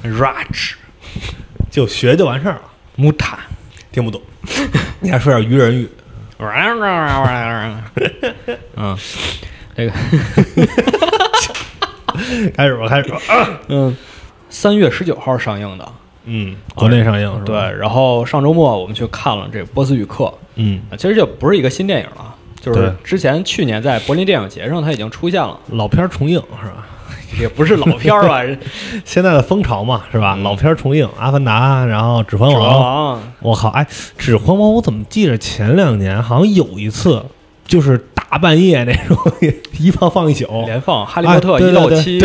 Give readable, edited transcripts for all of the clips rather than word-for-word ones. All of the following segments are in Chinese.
Raj 就学就完事儿了。 Muta 听不懂，你还说点愚人语。 嗯，这个开始吧。 3月19号上映的， 国内上映是吧？ 对，然后上周末我们去看了这个《波斯语课》，其实这不是一个新电影了，就是之前去年在柏林电影节上它已经出现了， 老片重映是吧？ 也不是老片吧， 现在的风潮嘛是吧？老片重映，《阿凡达》，然后《指环王》。我靠，哎，《指环王》我怎么记着前2年好像有一次就是大半夜那种一放一宿， 连放《哈利波特》1到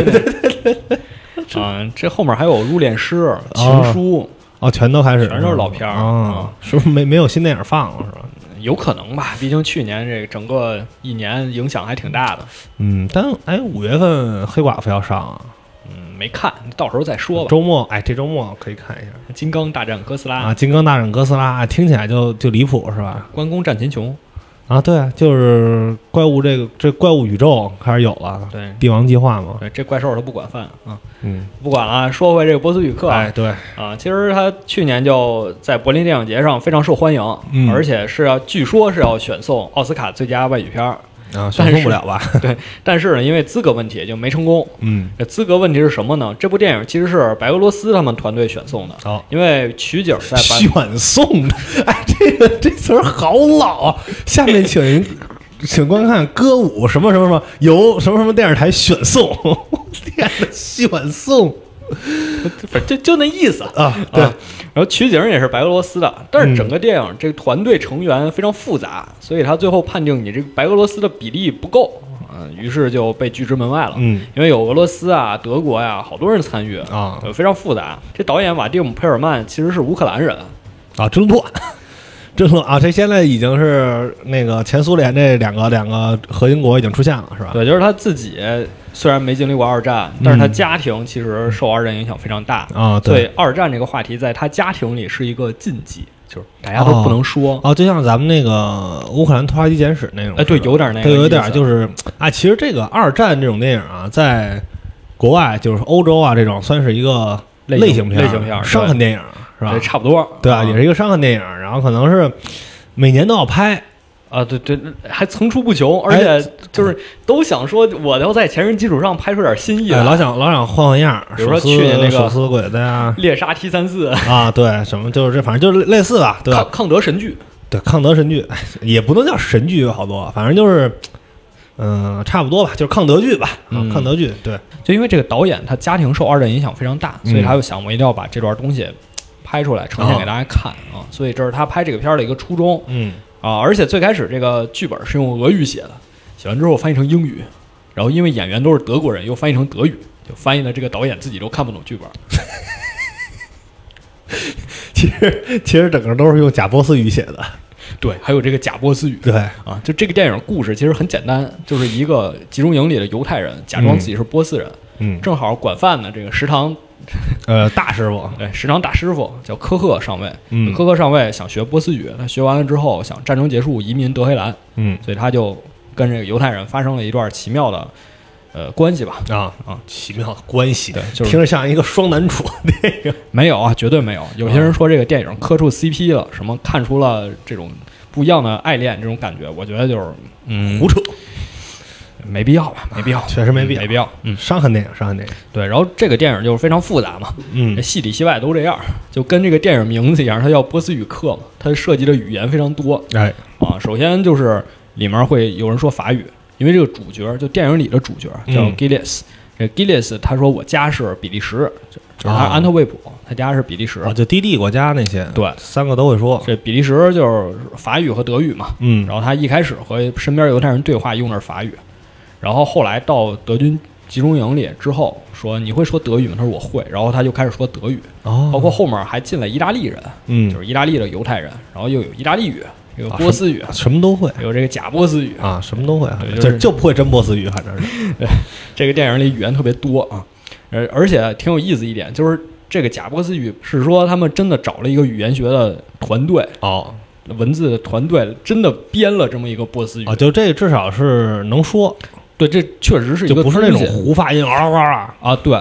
7。这后面还有《入殓师》《情书》 全都开始， 全都是老片儿是不是没有新电影放了是吧？ 有可能吧，毕竟去年这个整个一年影响还挺大的。 但5月份黑寡妇要上啊， 没看，到时候再说吧。 周末这周末可以看一下 《金刚大战哥斯拉》 啊，《金刚大战哥斯拉》听起来就离谱是吧？ 关公战秦琼啊，对，就是怪物这怪物宇宙开始有了， 对， 帝王计划嘛， 对，这怪兽他不管饭啊，不管了。说回这个波斯语课， 对其实他去年就在柏林电影节上非常受欢迎，而且据说是要选送奥斯卡最佳外语片。 选送不了吧？ 对，但是呢，因为资格问题就没成功。这资格问题是什么呢？这部电影其实是白俄罗斯他们团队选送的。因为取景在选送的，这词儿好老啊！下面请观看歌舞什么什么什么由什么什么电视台选送，天哪，选送。 就那意思对， 然后取景也是白俄罗斯的，但是整个电影这个团队成员非常复杂，所以他最后判定你这个白俄罗斯的比例不够，于是就被拒之门外了。因为有俄罗斯啊、德国呀，好多人参与非常复杂。这导演瓦蒂姆·佩尔曼其实是乌克兰人真乱啊！这现在已经是那个前苏联这两个核心国已经出现了，是吧？ 对，就是他自己虽然没经历过二战，但是他家庭其实受二战影响非常大对， 所以二战这个话题在他家庭里是一个禁忌，就是大家都不能说就像咱们那个乌克兰拖拉机简史那种， 对，有点那个， 有点就是其实这个二战这种电影在国外就是欧洲这种算是一个类型片，伤痕电影。是吧？ 差不多， 对也是一个伤痕电影，然后可能是每年都要拍对，还层出不穷，而且就是都想说，我要在前人基础上拍出点新意来， 老想换样， 比如说去年那个手撕鬼子呀， 猎杀 T34 对，什么就是反正就是类似吧，对吧？ 抗德神剧， 对，抗德神剧也不能叫神剧，有好多，反正就是差不多吧，就是抗德剧吧，抗德剧，对， 就因为这个导演他家庭受二战影响非常大，所以他就想我一定要把这段东西拍出来呈现给大家看所以这是他拍这个片的一个初衷。而且最开始这个剧本是用俄语写的，写完之后翻译成英语，然后因为演员都是德国人，又翻译成德语，就翻译的这个导演自己都看不懂剧本。 其实整个都是用假波斯语写的。 对，还有这个假波斯语。 对就这个电影故事其实很简单，就是一个集中营里的犹太人假装自己是波斯人，正好管饭的这个食堂大师傅， 对，食堂大师傅叫科赫上尉，科赫上尉想学波斯语，他学完了之后想战争结束移民德黑兰，所以他就跟这个犹太人发生了一段奇妙的关系吧， 奇妙的关系， 对，就是听着像一个双男主电影， 没有绝对没有。有些人说这个电影磕出 CP 了，什么看出了这种不一样的爱恋这种感觉，我觉得就是胡扯。 没必要吧，没必要， 确实没必要，伤痕电影， 对。然后这个电影就是非常复杂嘛，戏里戏外都这样，就跟这个电影名字一样，它叫波斯语课嘛，它涉及的语言非常多，首先就是里面会有人说法语，因为这个主角就电影里的主角叫 Gilles，这 Gilles 他说我家是比利时，就是他安特卫普，他家是比利时， 就低地国家那些， 对 ，3个都会说。 这比利时就是法语和德语嘛，然后他一开始和身边犹太人对话用的是法语。然后后来到德军集中营里之后，说你会说德语吗？他说我会，然后他就开始说德语，包括后面还进了意大利人，就是意大利的犹太人，然后又有意大利语，有波斯语， 什么都会， 有这个假波斯语什么都会， 就不会真波斯语，反正是。 对，这个电影里语言特别多而且挺有意思一点，就是这个假波斯语是说他们真的找了一个语言学的团队文字的团队真的编了这么一个波斯语就这至少是能说。 对，这确实是一个就不是那种胡发音对，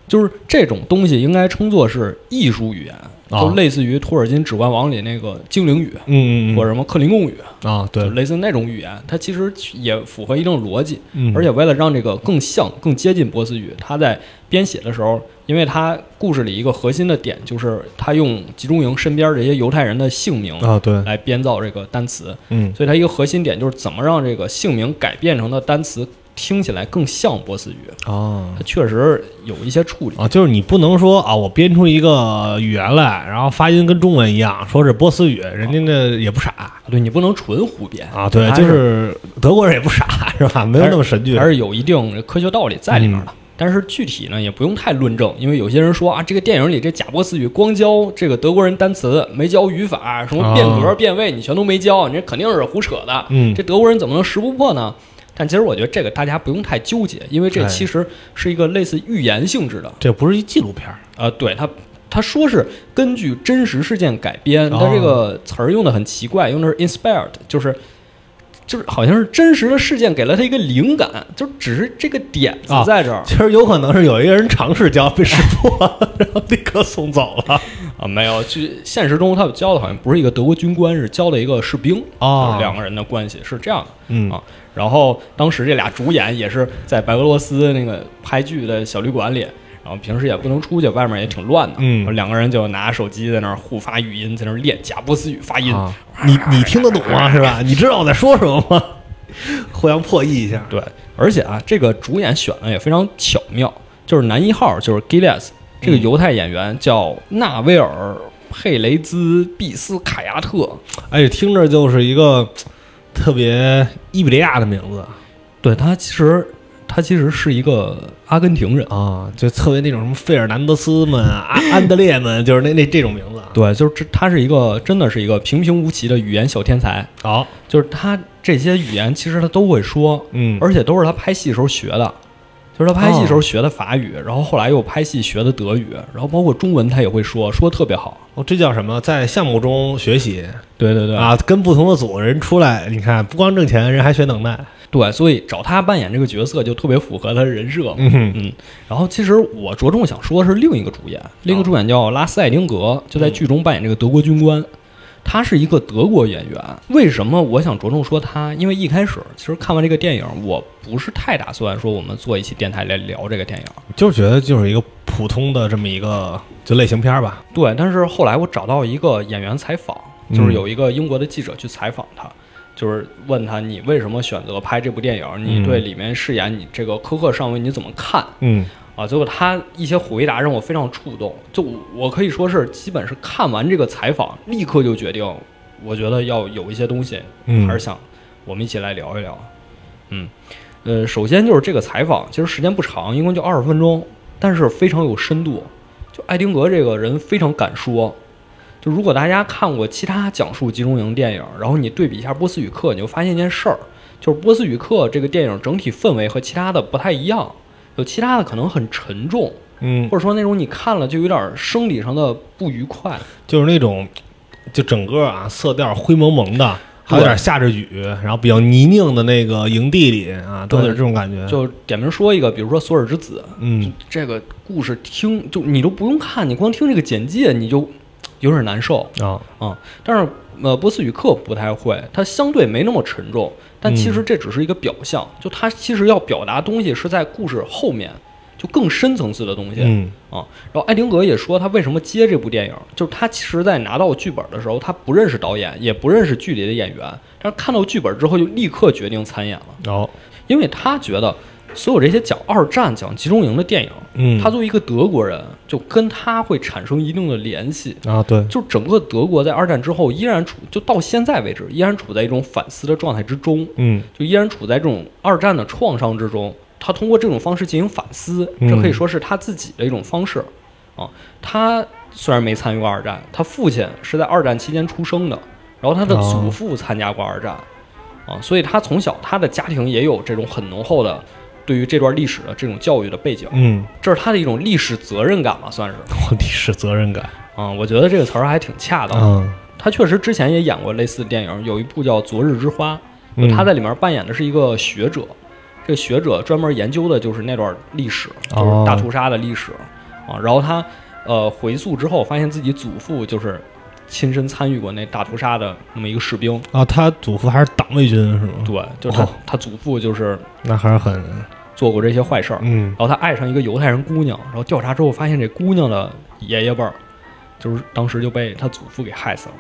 就是这种东西应该称作是艺术语言，就类似于托尔金《指环王》里那个精灵语，或者什么克林贡语啊，对， 就类似那种语言，它其实也符合一定逻辑，而且为了让这个更像、更接近波斯语，它在编写的时候，因为它故事里一个核心的点就是他用集中营身边这些犹太人的姓名啊，对， 来编造这个单词，所以它一个核心点就是怎么让这个姓名改变成的单词听起来更像波斯语啊， 它确实有一些处理啊，就是你不能说啊，我编出一个语言来，然后发音跟中文一样，说是波斯语，人家那也不傻， 对你不能纯胡编啊，对，就是德国人也不傻，是吧？没有那么神剧， 还是有一定科学道理在里面的。但是具体呢，也不用太论证，因为有些人说啊，这个电影里这假波斯语光教这个德国人单词，没教语法，什么变格变位，你全都没教，你这肯定是胡扯的。这德国人怎么能识不破呢？但其实我觉得这个大家不用太纠结，因为这其实是一个类似寓言性质的， 这不是一纪录片对，他说是根据真实事件改编，他这个词儿用的很奇怪，用的是 inspired，就是好像是真实的事件给了他一个灵感，就只是这个点子在这儿。 其实有可能是有一个人尝试教被识破，然后立刻送走了啊，没有，就现实中他教的好像不是一个德国军官，是教的一个士兵就是两个人的关系是这样的，然后当时这俩主演也是在白俄罗斯那个拍剧的小旅馆里，然后平时也不能出去，外面也挺乱的，两个人就拿手机在那儿互发语音，在那儿练假波斯语发音， 你听得懂吗？是吧？你知道我在说什么吗？互相破译一下。 对，而且啊，这个主演选的也非常巧妙，就是男一号就是 Gilles， 这个犹太演员叫纳威尔·佩雷兹·毕斯卡亚特， 哎，听着就是一个特别伊比利亚的名字。 对，他其实是一个阿根廷人啊，就特别那种什么费尔南德斯们、安德烈们，就是那这种名字。 对，就是他是一个真的是一个平平无奇的语言小天才。就是他这些语言其实他都会说，而且都是他拍戏时候学的。就是他拍戏时候学的法语，然后后来又拍戏学的德语，然后包括中文他也会说得特别好。 这叫什么？在项目中学习。 对对对啊，跟不同的组人出来，你看不光挣钱，人还学能耐。 对，所以找他扮演这个角色就特别符合他的人设。然后其实我着重想说的是另一个主演叫拉斯·艾丁格，就在剧中扮演这个德国军官。他是一个德国演员，为什么我想着重说他？因为一开始其实看完这个电影，我不是太打算说我们做一期电台来聊这个电影， 就是觉得就是一个普通的这么一个就类型片吧。 对，但是后来我找到一个演员采访，就是有一个英国的记者去采访他，就是问他你为什么选择拍这部电影？你对里面饰演你这个科克上尉你怎么看？结果他一些回答让我非常触动，就我可以说是基本是看完这个采访立刻就决定，我觉得要有一些东西还是想我们一起来聊一聊。首先就是这个采访其实时间不长，一共就20分钟，但是非常有深度。就艾丁格这个人非常敢说，就如果大家看过其他讲述集中营电影，然后你对比一下波斯语课，你就发现一件事儿，就是波斯语课这个电影整体氛围和其他的不太一样，有其他的可能很沉重，或者说那种你看了就有点生理上的不愉快， 就是那种就整个色调灰蒙蒙的，还有点下着雨，然后比较泥泞的那个营地里都有这种感觉。 就点名说一个，比如说《索尔之子》，这个故事听就你都不用看，你光听这个简介你就有点难受但是波斯语课不太会，它相对没那么沉重，但其实这只是一个表象，就它其实要表达东西是在故事后面，就更深层次的东西然后艾丁格也说他为什么接这部电影，就是他其实在拿到剧本的时候他不认识导演，也不认识剧里的演员，但是看到剧本之后就立刻决定参演了因为他觉得所有这些讲二战讲集中营的电影他作为一个德国人就跟他会产生一定的联系对， 就整个德国在二战之后依然就到现在为止依然处在一种反思的状态之中就依然处在这种二战的创伤之中，他通过这种方式进行反思，这可以说是他自己的一种方式他虽然没参与过二战，他父亲是在二战期间出生的，然后他的祖父参加过二战所以他从小他的家庭也有这种很浓厚的对于这段历史的这种教育的背景这是他的一种历史责任感吧，算是历史责任感我觉得这个词儿还挺恰当的他确实之前也演过类似的电影，有一部叫《昨日之花》他在里面扮演的是一个学者， 这个学者专门研究的就是那段历史，就是大屠杀的历史啊。然后他回溯之后，发现自己祖父就是亲身参与过那大屠杀的那么一个士兵啊。他祖父还是党卫军是吗？ 对，就是他祖父就是那还是很做过这些坏事儿。然后他爱上一个犹太人姑娘，然后调查之后发现这姑娘的爷爷辈儿，就是当时就被他祖父给害死了。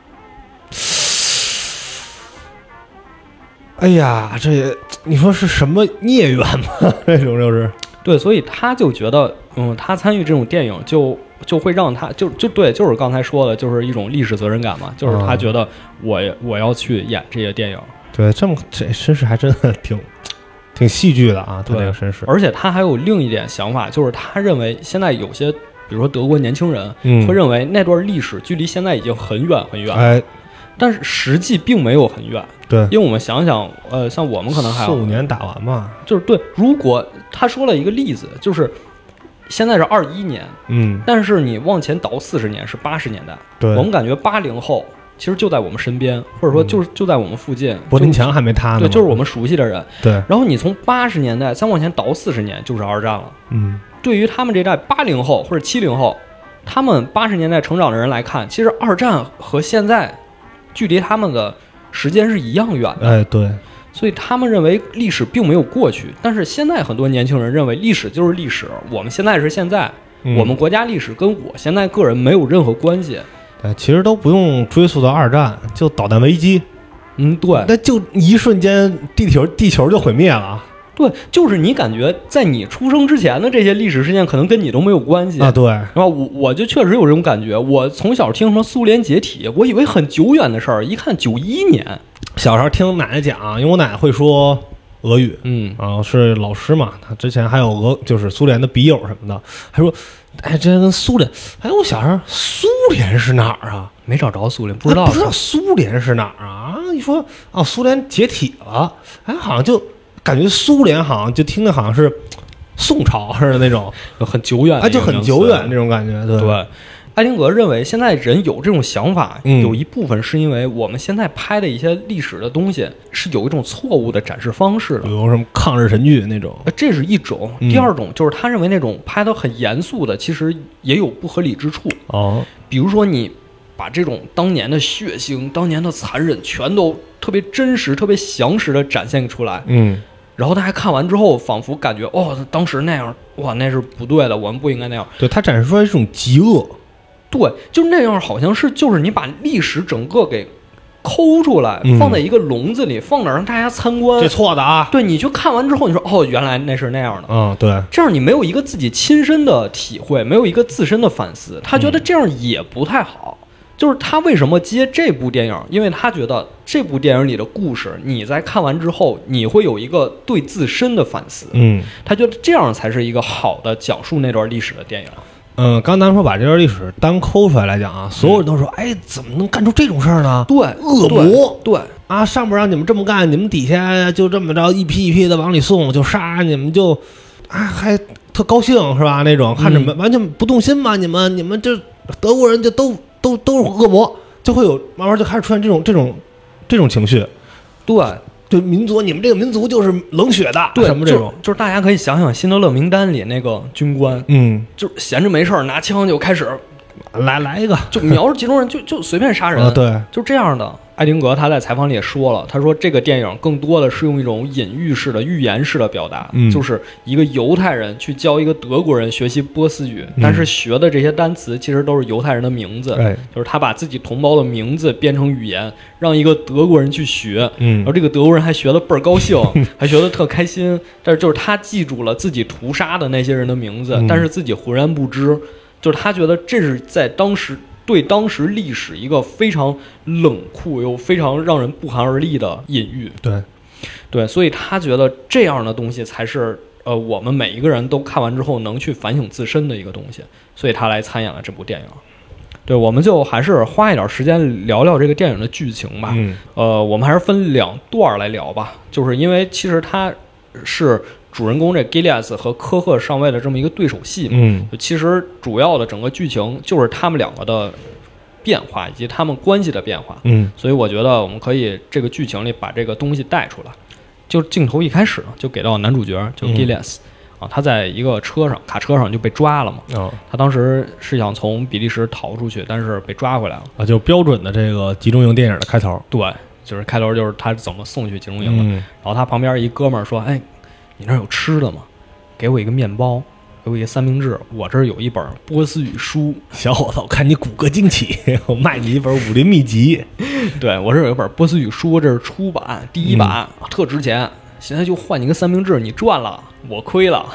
哎呀，这你说是什么孽缘吗？这种就是对，所以他就觉得，他参与这种电影就会让他就对，就是刚才说的，就是一种历史责任感嘛，就是他觉得我要去演这些电影。 对，这身世还真的挺戏剧的啊，他这个身世。 而且他还有另一点想法，就是他认为现在有些，比如说德国年轻人，会认为那段历史距离现在已经很远很远了，但是实际并没有很远。 对， 因为我们想想，像我们可能还 4-5年打完嘛， 就是对。如果他说了一个例子，就是现在是21年，但是你往前倒40年是80年代， 对， 我们感觉80后其实就在我们身边，或者说就在我们附近， 柏林墙还没塌呢， 对，就是我们熟悉的人。 对， 然后你从80年代再往前倒40年，就是二战了。对于他们这代80后或者70后，他们80年代成长的人来看，其实二战和现在距离他们的时间是一样远的。 对， 所以他们认为历史并没有过去，但是现在很多年轻人认为历史就是历史，我们现在是现在，我们国家历史跟我现在个人没有任何关系。 其实都不用追溯到二战，就导弹危机， 对， 那就一瞬间地球就毁灭了。 对，就是你感觉在你出生之前的这些历史事件，可能跟你都没有关系啊。对， 然后我就确实有这种感觉。我从小听什么苏联解体，我以为很久远的事儿，一看91年。 小时候听奶奶讲，因为我奶奶会说俄语，是老师嘛，她之前还有就是苏联的笔友什么的，还说，这跟苏联，我小时候苏联是哪儿啊？ 没找着苏联，不知道苏联是哪儿啊？你说苏联解体了，好像就感觉苏联好像就听着好像是宋朝似的那种， 很久远， 就很久远那种感觉。对。 艾丁格认为，现在人有这种想法，有一部分是因为我们现在拍的一些历史的东西是有一种错误的展示方式的， 比如什么抗日神剧那种， 这是一种。第二种就是他认为那种拍得很严肃的，其实也有不合理之处。比如说你把这种当年的血腥、当年的残忍，全都特别真实、特别详实的展现出来，然后大家看完之后，仿佛感觉当时那样，哇，那是不对的，我们不应该那样。 对，他展示出来这种极恶。 对，就那样，好像就是你把历史整个给抠出来，放在一个笼子里，放哪儿让大家参观。 这错的啊！ 对，你去看完之后，你说原来那是那样的。 对， 这样你没有一个自己亲身的体会，没有一个自身的反思，他觉得这样也不太好。就是他为什么接这部电影？因为他觉得这部电影里的故事，你在看完之后，你会有一个对自身的反思。他觉得这样才是一个好的讲述那段历史的电影。 刚咱说把这段历史单抠出来来讲啊，所有人都说，怎么能干出这种事儿呢？ 对， 恶魔， 对啊，上边让你们这么干，你们底下就这么着一批一批的往里送，就杀你们就，还特高兴是吧？那种看着完全不动心嘛，你们这德国人就都是恶魔，就会有慢慢就开始出现这种情绪，对民族，你们这个民族就是冷血的， 对， 什么这种， 就是大家可以想想《辛德勒名单》里那个军官，就是闲着没事拿枪就开始来一个， 就瞄着集中人就随便杀人， 对， 就这样的。艾丁格他在采访里也说了，他说这个电影更多的是用一种隐喻式的、寓言式的表达，就是一个犹太人去教一个德国人学习波斯语，但是学的这些单词其实都是犹太人的名字，就是他把自己同胞的名字编成语言，让一个德国人去学，然后这个德国人还学得倍儿高兴，还学得特开心，但是就是他记住了自己屠杀的那些人的名字，但是自己浑然不知，就是他觉得这是在当时对当时历史一个非常冷酷又非常让人不寒而栗的隐喻。对，所以他觉得这样的东西才是我们每一个人都看完之后能去反省自身的一个东西，所以他来参演了这部电影。对，我们就还是花一点时间聊聊这个电影的剧情吧。我们还是分2段来聊吧，就是因为其实它是主人公这 Gileas 和科赫上尉的这么一个对手戏嘛，其实主要的整个剧情就是他们2个的变化以及他们关系的变化，所以我觉得我们可以这个剧情里把这个东西带出来。 就镜头一开始就给到男主角就 Gilead、他在一个卡车上就被抓了嘛。他当时是想从比利时逃出去，但是被抓回来了就标准的这个集中营电影的开头。 对，就是开头就是他怎么送去集中营的。然后他旁边一哥们儿说：“哎，你那有吃的吗？给我一个面包，给我一个三明治。我这儿有一本波斯语书。 小伙子，我看你骨骼惊奇，我卖你一本武林秘籍。 对，我这儿有一本波斯语书，这是出版第1版，特值钱。现在就换你个三明治，你赚了，我亏了。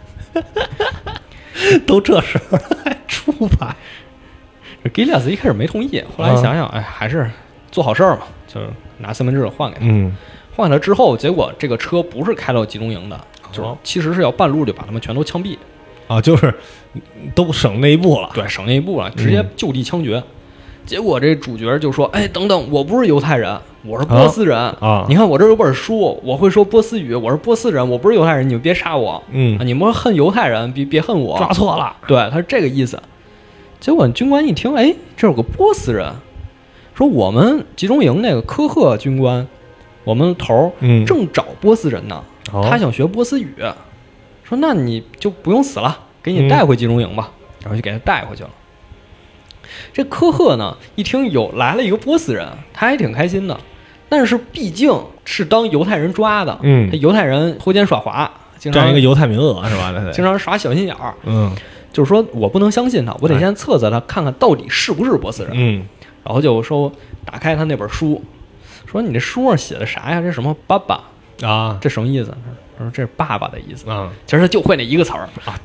都这时候还出版。 吉列斯一开始没同意，后来想想，哎，还是做好事儿嘛，就是拿三明治换给他。换给他之后，结果这个车不是开到集中营的，就是其实是要半路就把他们全都枪毙。 就是都省那一步了。 对，省那一步了，直接就地枪决。结果这主角就说：“哎，等等，我不是犹太人，我是波斯人你看我这有本书，我会说波斯语，我是波斯人，我不是犹太人，你们别杀我。你们恨犹太人，别恨我， 抓错了。 对，他是这个意思。结果军官一听，哎，这有个波斯人，说我们集中营那个科赫军官，我们头正找波斯人呢，他想学波斯语，说那你就不用死了，给你带回集中营吧，然后就给他带回去了。”这科赫呢，一听来了一个波斯人，他还挺开心的，但是毕竟是当犹太人抓的，他犹太人偷奸耍滑， 占一个犹太名额是吧？ 经常耍小心眼儿，就是说我不能相信他，我得先测测他，看看到底是不是波斯人。然后就说打开他那本书，说你这书上写的啥呀？这什么爸爸啊？这什么意思？他说这是爸爸的意思啊。其实他就会那一个词儿啊，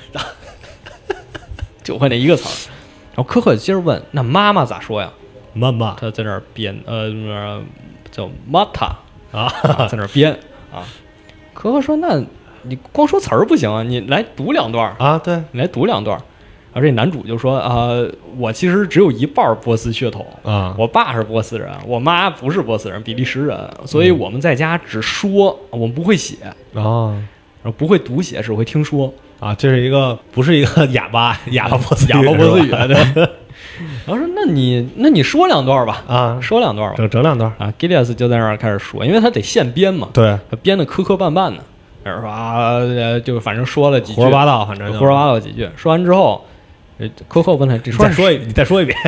就会那一个词儿。然后科赫接着问：“那妈妈咋说呀？” 妈妈， 他在那儿编，叫 Mata 在那儿编啊。科赫说：“那你光说词儿不行啊，你来读2段啊。”对， 你来读2段。然后这男主就说：“我其实只有一半波斯血统啊，我爸是波斯人，我妈不是波斯人，比利时人，所以我们在家只说，我们不会写啊，然后不会读写，只会听说。” 这是一个不是一个哑巴波斯语， 对。然后说那你说2段吧，说2段吧， 整2段啊。吉列斯就在那儿开始说，因为他得现编嘛， 对， 他编的磕磕绊绊的，说就反正说了几句胡说八道，反正胡说八道几句。说完之后，科赫问他：“你再说一遍，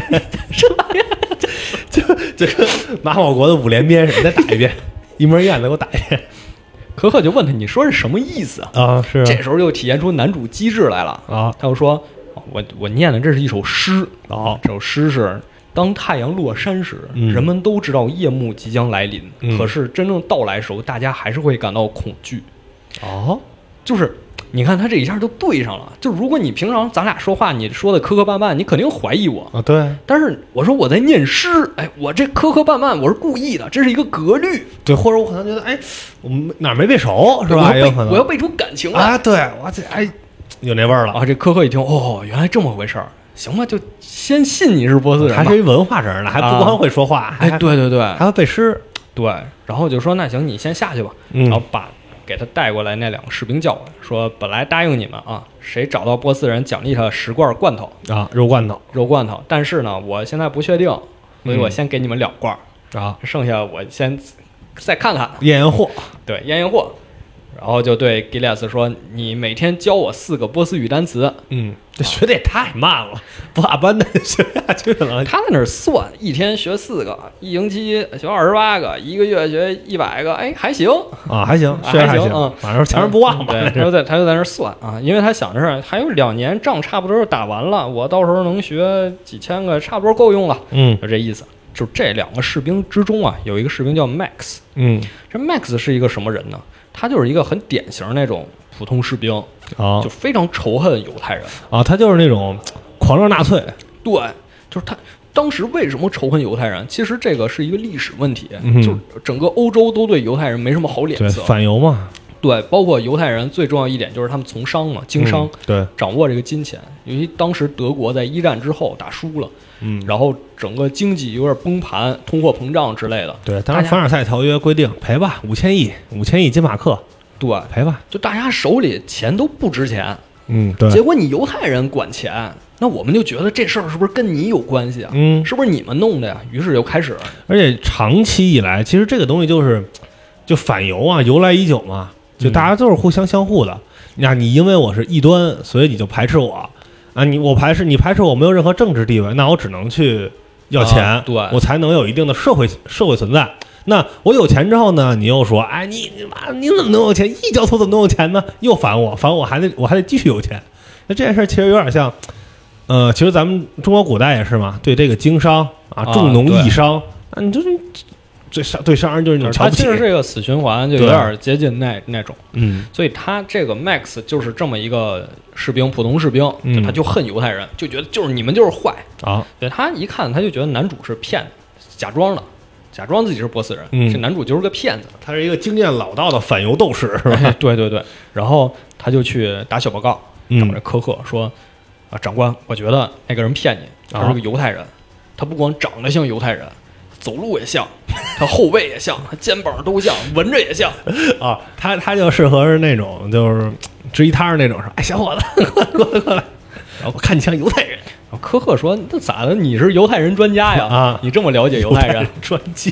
就跟马保国的5连鞭似的，你再打一遍，一模一样的，给我打一遍。” 科赫就问他：“你说是什么意思啊？”是这时候就体现出男主机智来了啊！他就说：“我念的这是一首诗啊，这首诗是当太阳落山时，人们都知道夜幕即将来临，可是真正到来时候，大家还是会感到恐惧。”就是你看他这一下就对上了。就如果你平常咱俩说话，你说的磕磕绊绊，你肯定怀疑我啊。对。 但是我说我在念诗，哎，我这磕磕绊绊我是故意的，这是一个格律。 对，或者我可能觉得，哎，我们哪儿没背熟是吧？ 我要背出感情来啊！对，我这有那味儿了啊！这科赫一听，原来这么回事儿，行吧，就先信你是波斯人， 还是一文化人呢，还不光会说话， 对对对， 还会背诗。 对，然后就说那行，你先下去吧，然后给他带过来那2个士兵叫过来，说本来答应你们啊，谁找到波斯人奖励他10罐罐头啊，肉罐头。 但是呢，我现在不确定，所以我先给你们2罐啊，剩下我先再看看验货。 对，验货。然后就对吉列斯说：“你每天教我4个波斯语单词。” 这学的也太慢了，不大班的学下去了。 他在那儿算，一天学4个，一星期学28个，1个月学100个，哎，还行啊，还行， 还行反正强人不忘嘛。 对，他就在那儿算啊，因为他想的是还有2年仗差不多就打完了，我到时候能学几千个，差不多够用了。就这意思。就这2个士兵之中啊，有一个士兵叫 Max。这 Max 是一个什么人呢？他就是一个很典型那种普通士兵就非常仇恨犹太人啊，他就是那种狂热纳粹。 对，就是他当时为什么仇恨犹太人？其实这个是一个历史问题，就整个欧洲都对犹太人没什么好脸色， 反犹嘛。 对，包括犹太人最重要一点就是他们从商嘛，经商， 对， 掌握这个金钱。由于当时德国在1战之后打输了，然后整个经济有点崩盘，通货膨胀之类的。 对，当时凡尔赛条约规定赔吧，5000亿金马克， 对， 赔吧。 就大家手里钱都不值钱， 对。 结果你犹太人管钱，那我们就觉得这事儿是不是跟你有关系啊？是不是你们弄的呀？于是就开始， 而且长期以来，其实这个东西就就反犹啊，由来已久嘛，就大家都是互相相互的。那你因为我是异端，所以你就排斥我啊？你排斥我没有任何政治地位，那我只能去要钱， 对， 我才能有一定的社会存在。那我有钱之后呢，你又说，哎，你怎么能有钱？异教徒怎么能有钱呢？又反我还得继续有钱。那这件事其实有点像，其实咱们中国古代也是嘛，对这个经商啊，重农抑商，你就是对商人就是那种瞧不起。 他其实是一个死循环，就有点接近那种。所以他这个 Max 就是这么一个士兵，普通士兵，他就恨犹太人，就觉得就是你们就是坏啊。 对，他一看他就觉得男主是骗假装自己是波斯人，这男主就是个骗子。 他是一个经验老道的反犹斗士，是吧？ 对对对。然后他就去打小报告，找这科赫说啊，长官，我觉得那个人骗你，他是个犹太人，他不光长得像犹太人，走路也像，他后背也像，他肩膀都像，闻着也像啊。他就适合是那种就是支一摊那种，说哎，小伙子，过来，然后我看你像犹太人。 然后科赫说：“那咋的？你是犹太人专家呀？ 啊， 你这么了解犹太人专家？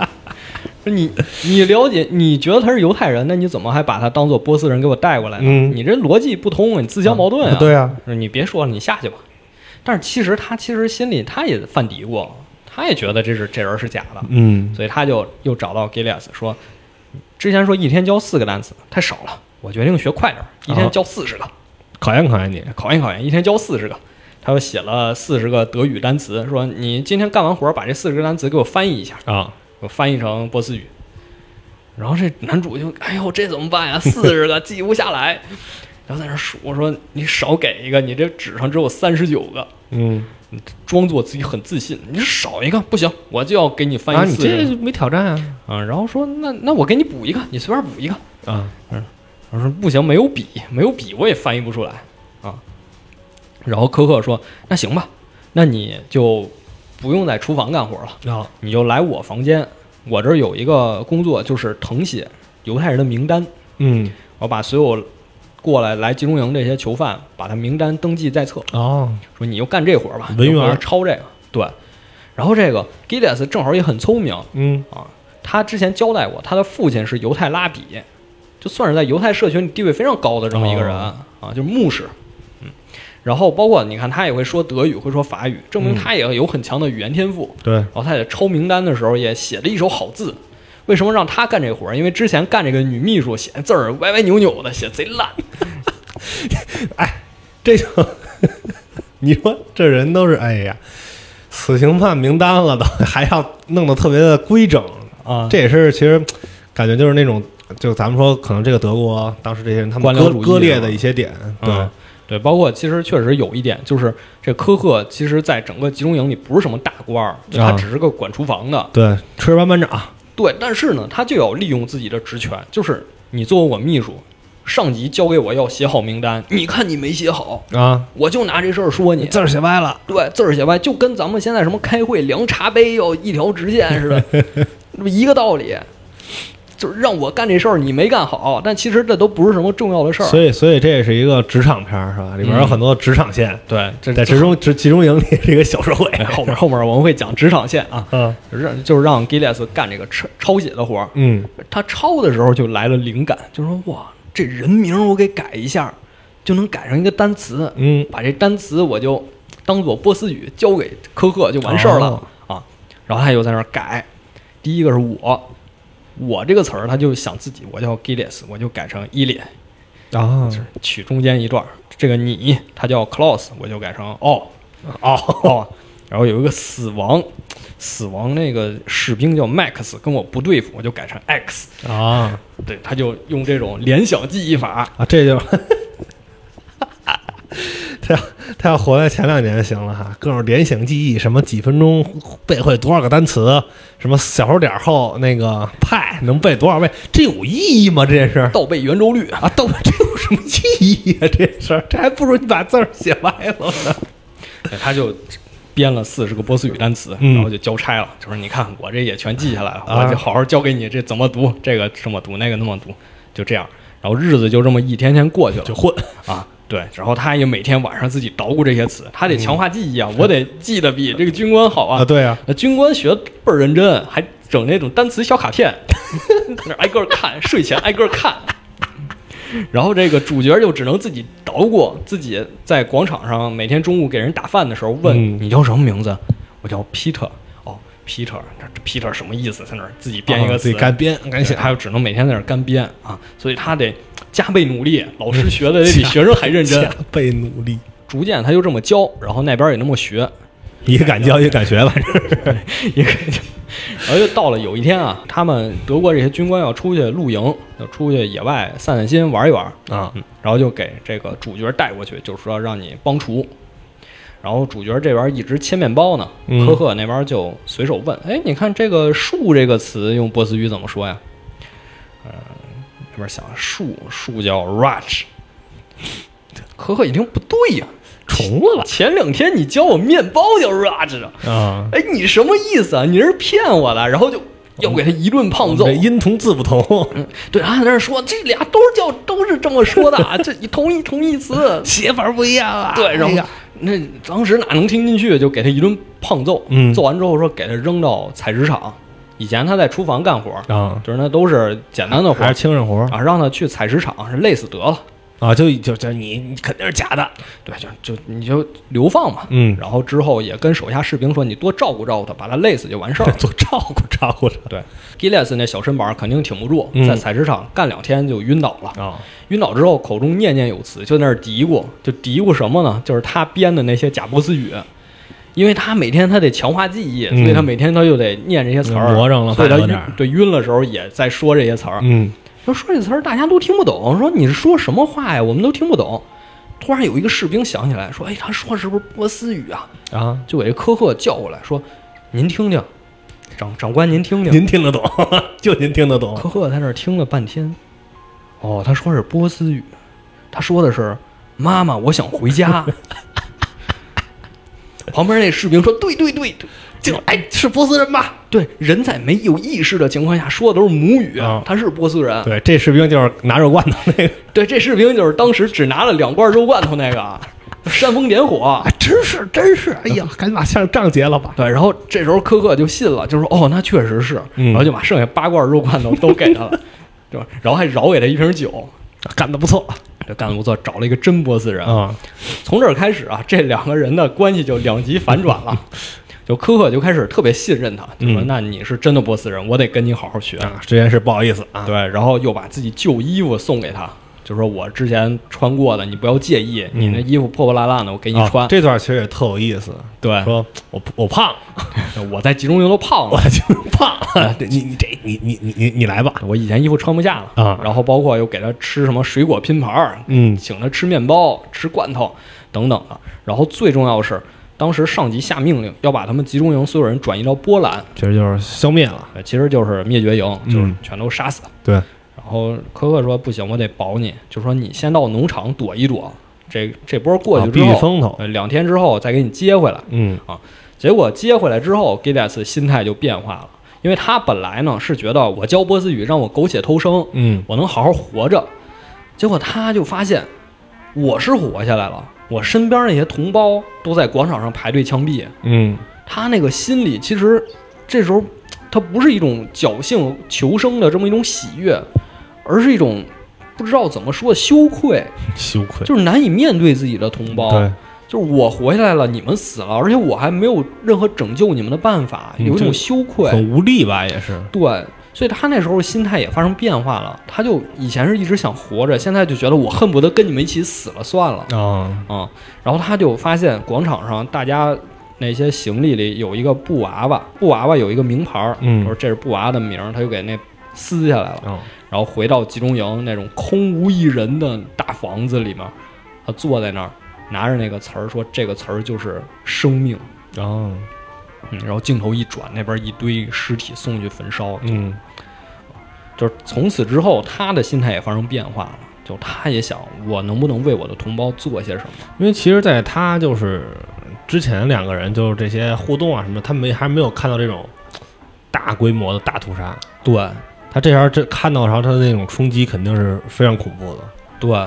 你了解？你觉得他是犹太人，那你怎么还把他当做波斯人给我带过来呢？你这逻辑不通，你自相矛盾啊！ 对啊， 你别说了，你下去吧。但是其实他心里他也犯嘀咕，他也觉得这人是假的，所以他就又找到 Gileas 说，之前说一天教4个单词太少了，我决定学快点，一天教40个， 考验你， 考验，一天教40个。”他又写了40个德语单词，说你今天干完活把这40个单词给我翻译一下啊， 给我翻译成波斯语。然后这男主就哎呦这怎么办呀？40个记不下来，然后在那数，我说你少给一个，你这纸上只有39个，装作自己很自信，你少一个不行，我就要给你翻译40个。 你这没挑战啊？ 然后说那我给你补一个，你随便补一个啊。 我说不行，没有笔我也翻译不出来啊。然后科赫说：“那行吧，那你就不用在厨房干活了，你就来我房间。我这儿有一个工作，就是誊写犹太人的名单。我把所有过来集中营这些囚犯，把他名单登记在册。说你就干这活吧， 文员抄这个。对。然后这个 Gileas 正好也很聪明，他之前交代过，他的父亲是犹太拉比，就算是在犹太社群里地位非常高的这么一个人啊，就是牧师。”然后包括你看他也会说德语，会说法语，证明他也有很强的语言天赋。 对， 然后他也抄名单的时候也写了一手好字。为什么让他干这活？因为之前干这个女秘书写字儿歪歪扭扭的，写贼烂。 哎，这就你说这人都是哎呀，死刑犯名单了都还要弄得特别的规整啊！这也是其实感觉就是那种，就咱们说可能这个德国当时这些人他们割裂的一些点， 对，包括其实确实有一点，就是这科赫其实在整个集中营里不是什么大官，他只是个管厨房的， 对，炊事班长。 对，但是呢，他就要利用自己的职权，就是你作为我秘书，上级交给我要写好名单，你看你没写好啊， 我就拿这事儿说你字儿写歪了。 对，字儿写歪，就跟咱们现在什么开会量茶杯要一条直线似的，这不一个道理。就是让我干这事儿，你没干好，但其实这都不是什么重要的事儿。 所以这也是一个职场片是吧？里面有很多职场线。 对，这在集中营里是一个小社会。 后面我们会讲职场线啊。就是让 Gileas 干这个抄写的活儿。他抄的时候就来了灵感，就说哇，这人名我给改一下，就能改成一个单词。把这单词我就当做波斯语交给科赫就完事儿了啊。然后他又在那儿改，第一个是我这个词儿，他就想自己，我叫 Gileas， 我就改成伊列就是取中间一段。这个你，他叫 Klaus， 我就改成然后有一个死亡那个士兵叫 Max， 跟我不对付，我就改成 X 对，他就用这种联想记忆法啊，这就他要活在前2年就行了哈，各种联想记忆，什么几分钟背会多少个单词，什么小数点后那个派能背多少倍，这有意义吗？这是倒背圆周率啊，倒背这有什么意义啊？这事儿这还不如你把字儿写歪了呢。 他就编了40个波斯语单词，然后就交差了，就是你看我这也全记下来了，我就好好教给你这怎么读，这个这么读，那个那么读，就这样。然后日子就这么一天天过去了， 就混啊。对，然后他也每天晚上自己捣鼓这些词，他得强化记忆啊，我得记得比这个军官好啊。 对啊， 军官学倍儿认真，还整那种单词小卡片， 在那挨个看，睡前挨个看。然后这个主角就只能自己捣鼓，自己在广场上每天中午给人打饭的时候问、你叫什么名字？我叫 Peter。哦 ，Peter， 这 Peter 什么意思？在那儿自己编一个词， 自己干编，干写， 还有只能每天在那儿干编啊，所以他得加倍努力，老师学的得比学生还认真， 加倍努力。 逐渐他就这么教，然后那边也那么学， 也敢教也敢学，反正也敢教。然后就到了有一天啊，他们德国这些军官要出去露营，要出去野外散散心玩一玩啊，然后就给这个主角带过去，就是说让你帮厨。然后主角这边一直切面包呢，科赫那边就随手问：“哎，你看这个树这个词用波斯语怎么说呀？”这边想树叫 Raj， 科赫一听不对呀。 重了吧？ 前2天你教我面包叫 Raj 啊！哎，你什么意思啊？你是骗我的？然后就要给他一顿胖揍。 音同字不同。 对，他在那说这俩都是这么说的啊，这同义词写法不一样啊。 对，然后那当时哪能听进去？就给他一顿胖揍。揍完之后说给他扔到采石场。以前他在厨房干活啊，就是那都是简单的活， 还是轻省活啊，让他去采石场是累死得了。 啊，就你肯定是假的， 对，就你就流放嘛，然后之后也跟手下士兵说，你多照顾照顾他，把他累死就完事儿， 多照顾照顾他。 对 ，Gilles 那小身板肯定挺不住，在采石场干2天就晕倒了啊，晕倒之后口中念念有词，就在那儿嘀咕，就嘀咕什么呢？就是他编的那些假波斯语。因为他每天他得强化记忆，所以他每天他就得念这些词儿， 魔怔了， 所以他晕了的时候也在说这些词儿。说这词儿大家都听不懂，说你是说什么话呀？我们都听不懂。突然有一个士兵想起来，说：“哎，他说是不是波斯语啊？”啊，就给这科赫叫过来，说：“您听听，长官您听听， 您听得懂，就您听得懂。” 科赫在那儿听了半天，哦，他说是波斯语，他说的是“妈妈，我想回家。”旁边那士兵说：“对，就是波斯人吧？ 对，人在没有意识的情况下说的都是母语，他是波斯人。 对，这士兵就是拿肉罐头那个。 对，这士兵就是当时只拿了2罐肉罐头那个，煽风点火， 真是，哎呀，赶紧把账结了吧。 对，然后这时候科赫就信了，就说：“哦，那确实是。”然后就把剩下8罐肉罐头都给他了，对吧？然后还饶给他1瓶酒， 干得不错。 这干得不错，找了一个真波斯人啊！从这儿开始啊，这2个人的关系就2极反转了。就科赫就开始特别信任他，就说：“那你是真的波斯人，我得跟你好好学。” 这件事不好意思啊。 对，然后又把自己旧衣服送给他，就说：“我之前穿过的，你不要介意。你那衣服破破烂烂的，我给你穿。” 这段其实也特有意思。 对， 说我胖， 我在集中营都胖了， 胖。你来吧， 我以前衣服穿不下了啊。然后包括又给他吃什么水果拼盘，请他吃面包、吃罐头等等的。然后最重要的是，当时上级下命令要把他们集中营所有人转移到波兰， 其实就是消灭了， 其实就是灭绝营，就是全都杀死。 对。 然后科赫说：“不行，我得保你，就说你先到农场躲一躲，这波过去之后， 避避风头 ，2天之后再给你接回来。”结果接回来之后 ，Gilles 心态就变化了，因为他本来呢是觉得我教波斯语让我苟且偷生，我能好好活着，结果他就发现我是活下来了，我身边那些同胞都在广场上排队枪毙，他那个心里其实这时候他不是一种侥幸求生的这么一种喜悦，而是一种不知道怎么说羞愧，就是难以面对自己的同胞。 对， 就是我活下来了，你们死了，而且我还没有任何拯救你们的办法，有一种羞愧， 很无力吧，也是。 对，所以他那时候心态也发生变化了，他就以前是一直想活着，现在就觉得我恨不得跟你们一起死了算了然后他就发现广场上大家那些行李里有一个布娃娃有一个名牌，说这是布娃娃的名，他就给那撕下来了，然后回到集中营那种空无一人的大房子里面，他坐在那儿拿着那个词儿说这个词儿就是生命然后镜头一转，那边一堆尸体送去焚烧，就是从此之后他的心态也发生变化了，就他也想我能不能为我的同胞做些什么， 因为其实在他就是之前2个人就是这些互动啊什么，他还没有看到这种大规模的大屠杀。 对， 他这看到，然后他的那种冲击肯定是非常恐怖的。 对，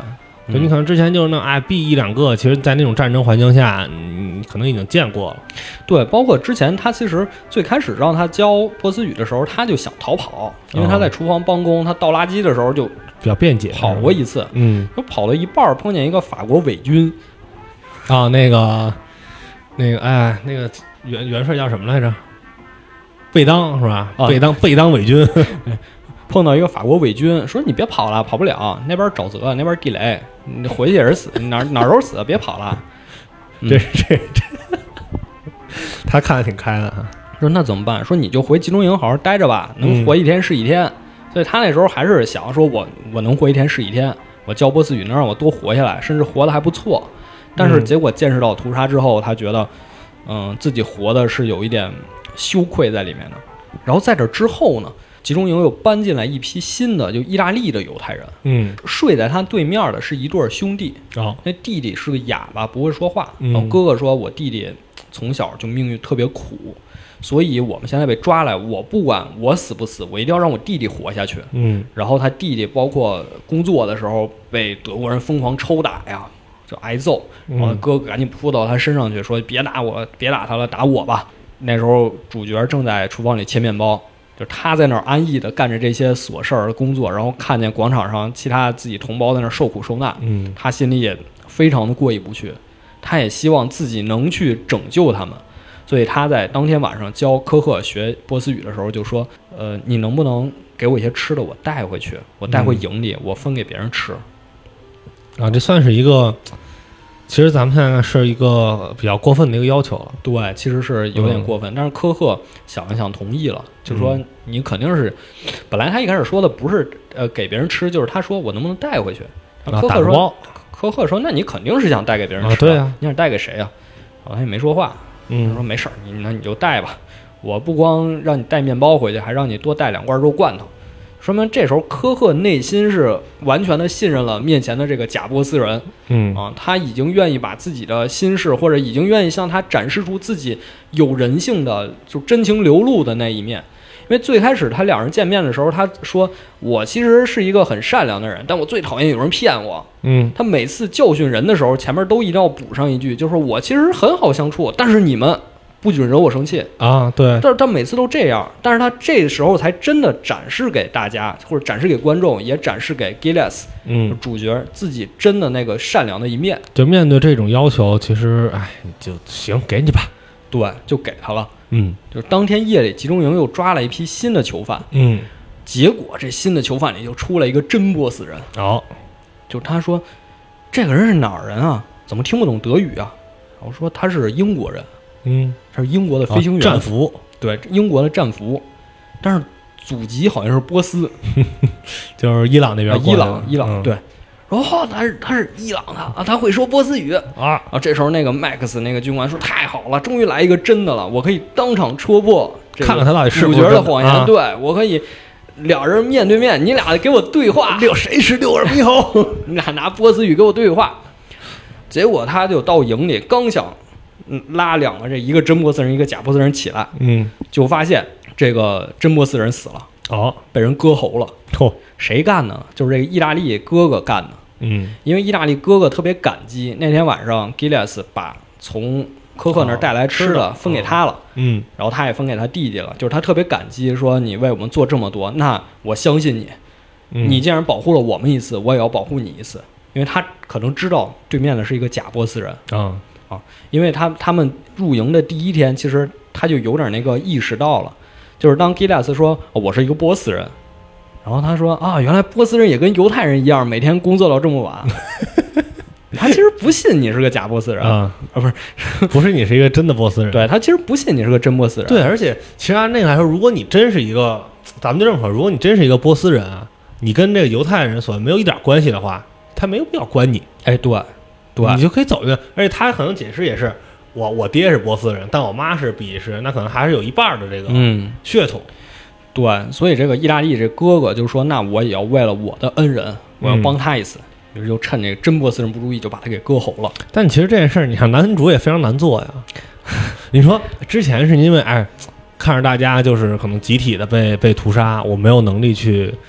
就你可能之前就是那毙一两个，其实在那种战争环境下，你可能已经见过了。 对，包括之前他其实最开始让他教波斯语的时候，他就想逃跑，因为他在厨房帮工，他倒垃圾的时候就比较便捷， 跑过一次，就跑了一半碰见一个法国伪军， 啊，那个哎，那个元帅叫什么来着？贝当是吧？贝当伪军。 碰到一个法国伪军，说你别跑了，跑不了，那边沼泽，那边地雷，你回去也是死，哪都是死，别跑了。 这，他看得挺开的哈。 说那怎么办？说你就回集中营好好待着吧，能活一天是一天。所以他那时候还是想说我能活一天是一天，我教波斯语能让我多活下来，甚至活得还不错。但是结果见识到屠杀之后，他觉得自己活的是有一点羞愧在里面的。然后在这之后呢，集中营又搬进来一批新的，就意大利的犹太人。睡在他对面的是一对兄弟。那弟弟是个哑巴，不会说话。然后哥哥说：“我弟弟从小就命运特别苦，所以我们现在被抓来，我不管我死不死，我一定要让我弟弟活下去。”然后他弟弟包括工作的时候被德国人疯狂抽打呀，就挨揍。然后哥哥赶紧扑到他身上去，说：“别打我，别打他了，打我吧。”那时候主角正在厨房里切面包。就是他在那儿安逸的干着这些琐事儿的工作，然后看见广场上其他自己同胞在那儿受苦受难，他心里也非常的过意不去，他也希望自己能去拯救他们，所以他在当天晚上教科赫学波斯语的时候就说，你能不能给我一些吃的，我带回去，我带回营里，我分给别人吃。 这算是一个。其实咱们现在是一个比较过分的一个要求了， 对，其实是有点过分。但是科赫想了想同意了，就说你肯定是，本来他一开始说的不是给别人吃，就是他说我能不能带回去。科赫说那你肯定是想带给别人吃， 对啊， 你想带给谁啊？然后他也没说话，他说没事儿，那你就带吧，我不光让你带面包回去，还让你多带2罐肉罐头。说明这时候科赫内心是完全的信任了面前的这个假波斯人，他已经愿意把自己的心事，或者已经愿意向他展示出自己有人性的就真情流露的那一面。因为最开始他两人见面的时候，他说我其实是一个很善良的人，但我最讨厌有人骗我。他每次教训人的时候，前面都一定要补上一句，就是我其实很好相处，但是你们不准惹我生气啊！对， 但是他每次都这样，但是他这时候才真的展示给大家，或者展示给观众，也展示给 Gilles，主角自己真的那个善良的一面。 就面对这种要求，其实就行，给你吧。 对，就给他了。就是当天夜里，集中营又抓了一批新的囚犯。结果这新的囚犯里就出来一个真波斯人。就他说，这个人是哪儿人啊？怎么听不懂德语啊？我说他是英国人。他是英国的飞行员， 战俘， 对，英国的战俘，但是祖籍好像是波斯， 就是伊朗那边， 伊朗，对。然后他是伊朗的啊，他会说波斯语啊。这时候那个麦克斯那个军官说：“太好了，终于来一个真的了，我可以当场戳破看看他到底是主角的谎言。对，我可以俩人面对面，你俩给我对话， 谁是六耳猕猴？ 你俩拿波斯语给我对话。”结果他就到营里，刚想拉两个，这一个真波斯人，一个假波斯人起来，就发现这个真波斯人死了，被人割喉了。谁干的？就是这个意大利哥哥干的。因为意大利哥哥特别感激，那天晚上 Gilles 把从科赫那儿带来吃的分给他了，然后他也分给他弟弟了，就是他特别感激，说你为我们做这么多，那我相信你，你既然保护了我们一次，我也要保护你一次。因为他可能知道对面的是一个假波斯人因为他们入营的第一天，其实他就有点那个意识到了，就是当 Gilles 说我是一个波斯人，然后他说原来波斯人也跟犹太人一样，每天工作到这么晚。他其实不信你是个假波斯人不是你是一个真的波斯人。 对，他其实不信你是个真波斯人。 对，而且其实按那个来说，如果你真是一个，咱们就这么说，如果你真是一个波斯人啊，你跟这个犹太人所没有一点关系的话，他没有必要管你。 对， 你就可以走运。而且他可能解释也是，我爹是波斯人，但我妈是比利时人，那可能还是有一半的这个血统。 对，所以这个意大利这哥哥就说，那我也要为了我的恩人，我要帮他一次，于是就趁这个真波斯人不注意，就把他给割喉了。 但其实这件事儿，你看男主也非常难做呀。你说之前是因为看着大家就是可能集体的被屠杀，我没有能力去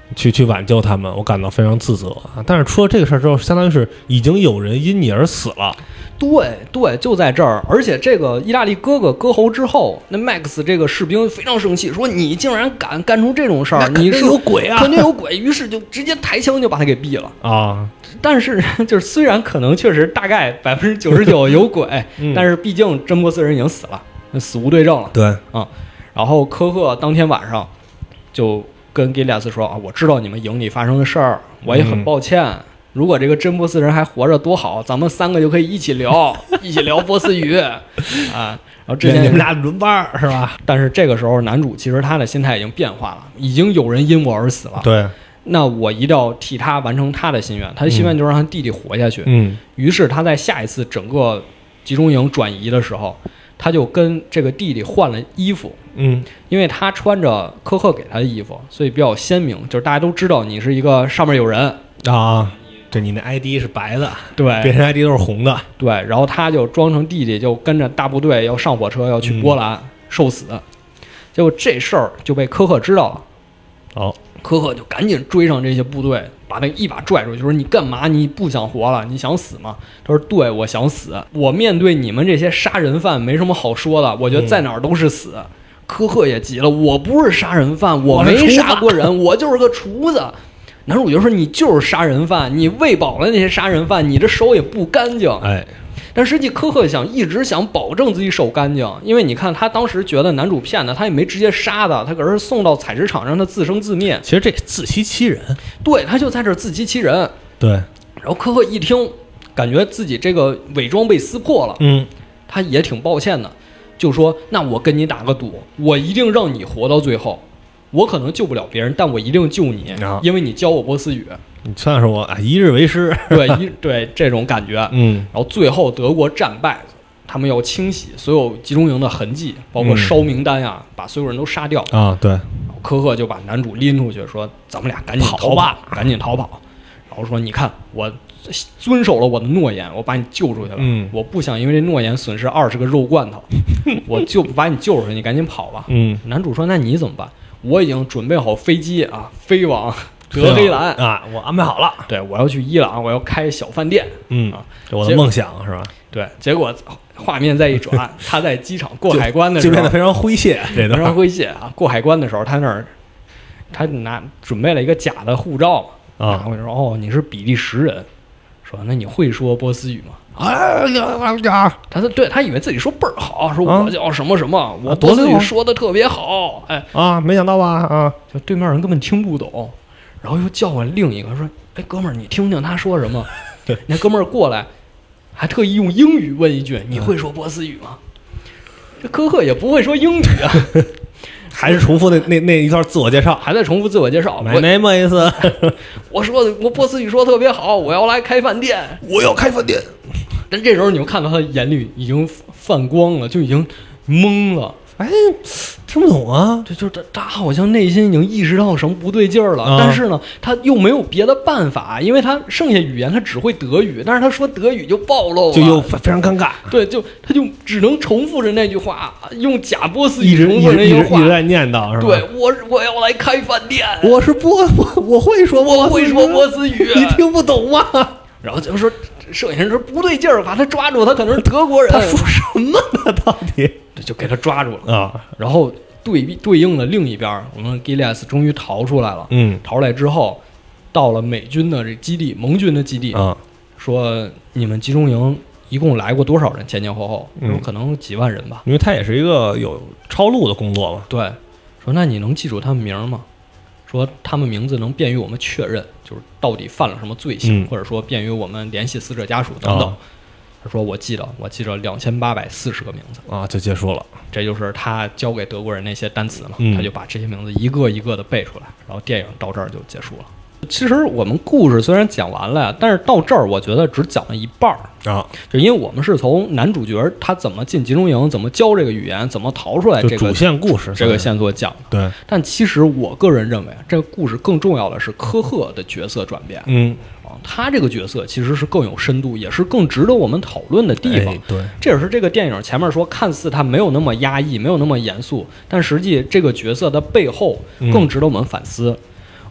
去挽救他们，我感到非常自责啊。但是出了这个事儿之后，相当于是已经有人因你而死了。 对，就在这儿。而且这个意大利哥哥割喉之后，那 Max 这个士兵非常生气，说你竟然敢干出这种事儿，你是有鬼啊， 肯定有鬼。于是就直接抬枪就把他给毙了啊。 但是就是虽然可能确实大概99%有鬼，但是毕竟真波斯人已经死了，死无对证了。 对啊，然后科赫当天晚上就跟吉利亚斯说啊，我知道你们营里发生的事儿，我也很抱歉。如果这个真波斯人还活着多好，咱们3个就可以一起聊波斯语啊。然后之前你们俩轮班是吧？ 但是这个时候男主其实他的心态已经变化了，已经有人因我而死了。 对， 那我一定要替他完成他的心愿。他的心愿就是让他弟弟活下去。于是他在下一次整个集中营转移的时候，他就跟这个弟弟换了衣服。因为他穿着科赫给他的衣服，所以比较鲜明，就是大家都知道你是一个上面有人啊。对，你那 ID 是白的， 对， 别人 ID 都是红的， 对。然后他就装成弟弟，就跟着大部队要上火车，要去波兰受死。结果这事儿就被科赫知道了。科赫就赶紧追上这些部队，把他一把拽出去，就说你干嘛？你不想活了？你想死吗？他说对，我想死。我面对你们这些杀人犯没什么好说的，我觉得在哪儿都是死。科赫也急了，我不是杀人犯，我没杀过人，我就是个厨子。男主角说你就是杀人犯，你喂饱了那些杀人犯，你这手也不干净。但实际科赫一直想保证自己手干净，因为你看他当时觉得男主骗他，他也没直接杀他，他可是送到采石场让他自生自灭。 其实这自欺欺人。 对，他就在这自欺欺人。 对。 然后科赫一听，感觉自己这个伪装被撕破了，他也挺抱歉的，就说那我跟你打个赌，我一定让你活到最后。我可能救不了别人，但我一定救你，因为你教我波斯语。 你算是我一日为师。 对这种感觉。然后最后德国战败，他们要清洗所有集中营的痕迹，包括烧名单呀，把所有人都杀掉啊。对。 科赫就把男主拎出去，说咱们俩赶紧逃吧，赶紧逃跑。然后说你看我遵守了我的诺言，我把你救出去了。我不想因为这诺言损失20个肉罐头，我就把你救出去，你赶紧跑吧。男主说那你怎么办？我已经准备好飞机啊，飞往德黑兰啊，我安排好了。 对，我要去伊朗，我要开小饭店。 这我的梦想是吧？ 对，结果画面再一转，他在机场过海关的时候就变得非常诙谐， 非常诙谐啊！过海关的时候，他准备了一个假的护照嘛，然后说哦，你是比利时人，说那你会说波斯语吗？他以为自己说倍儿好，说我叫什么什么，我波斯语说的特别好， 没想到吧？ 就对面人根本听不懂，然后又叫唤另一个说，哥们儿，你听听他说什么？那哥们儿过来，还特意用英语问一句，你会说波斯语吗？这科赫也不会说英语啊。 还是重复那一段自我介绍， 还在重复自我介绍。 My name is 我波斯语说特别好，我要来开饭店， 我要开饭店。 但这时候你就看到他的眼里已经泛光了，就已经懵了。 听不懂啊！ 对，就是他好像内心已经意识到什么不对劲儿了，但是呢，他又没有别的办法，因为他剩下语言他只会德语，但是他说德语就暴露了， 就又非常尴尬。 对，他就只能重复着那句话，用假波斯语重复那句话， 一直在念叨，是吧？ 对，我要来开饭店， 我会说波斯语， 你听不懂吗？ 然后就说摄影师说不对劲儿，把他抓住，他可能是德国人， 他说什么呢？到底？ 就给他抓住了啊！ 然后对应的另一边，我们 Gilead 终于逃出来了。逃出来之后，到了美军的这基地，盟军的基地说你们集中营一共来过多少人？前后，说可能几万人吧。 因为他也是一个有抄录的工作嘛。 对，说那你能记住他们名吗？说他们名字能便于我们确认，就是到底犯了什么罪行，或者说便于我们联系死者家属等等。他说我记着2840个名字啊，就结束了。 这就是他教给德国人那些单词嘛，他就把这些名字一个一个的背出来，然后电影到这儿就结束了。其实我们故事虽然讲完了呀，但是到这儿我觉得只讲了一半啊，就因为我们是从男主角他怎么进集中营，怎么教这个语言，怎么逃出来这个主线故事这个线索讲的。 对， 但其实我个人认为这个故事更重要的是科赫的角色转变。他这个角色其实是更有深度，也是更值得我们讨论的地方。 对， 这也是这个电影前面说看似他没有那么压抑，没有那么严肃，但实际这个角色的背后更值得我们反思。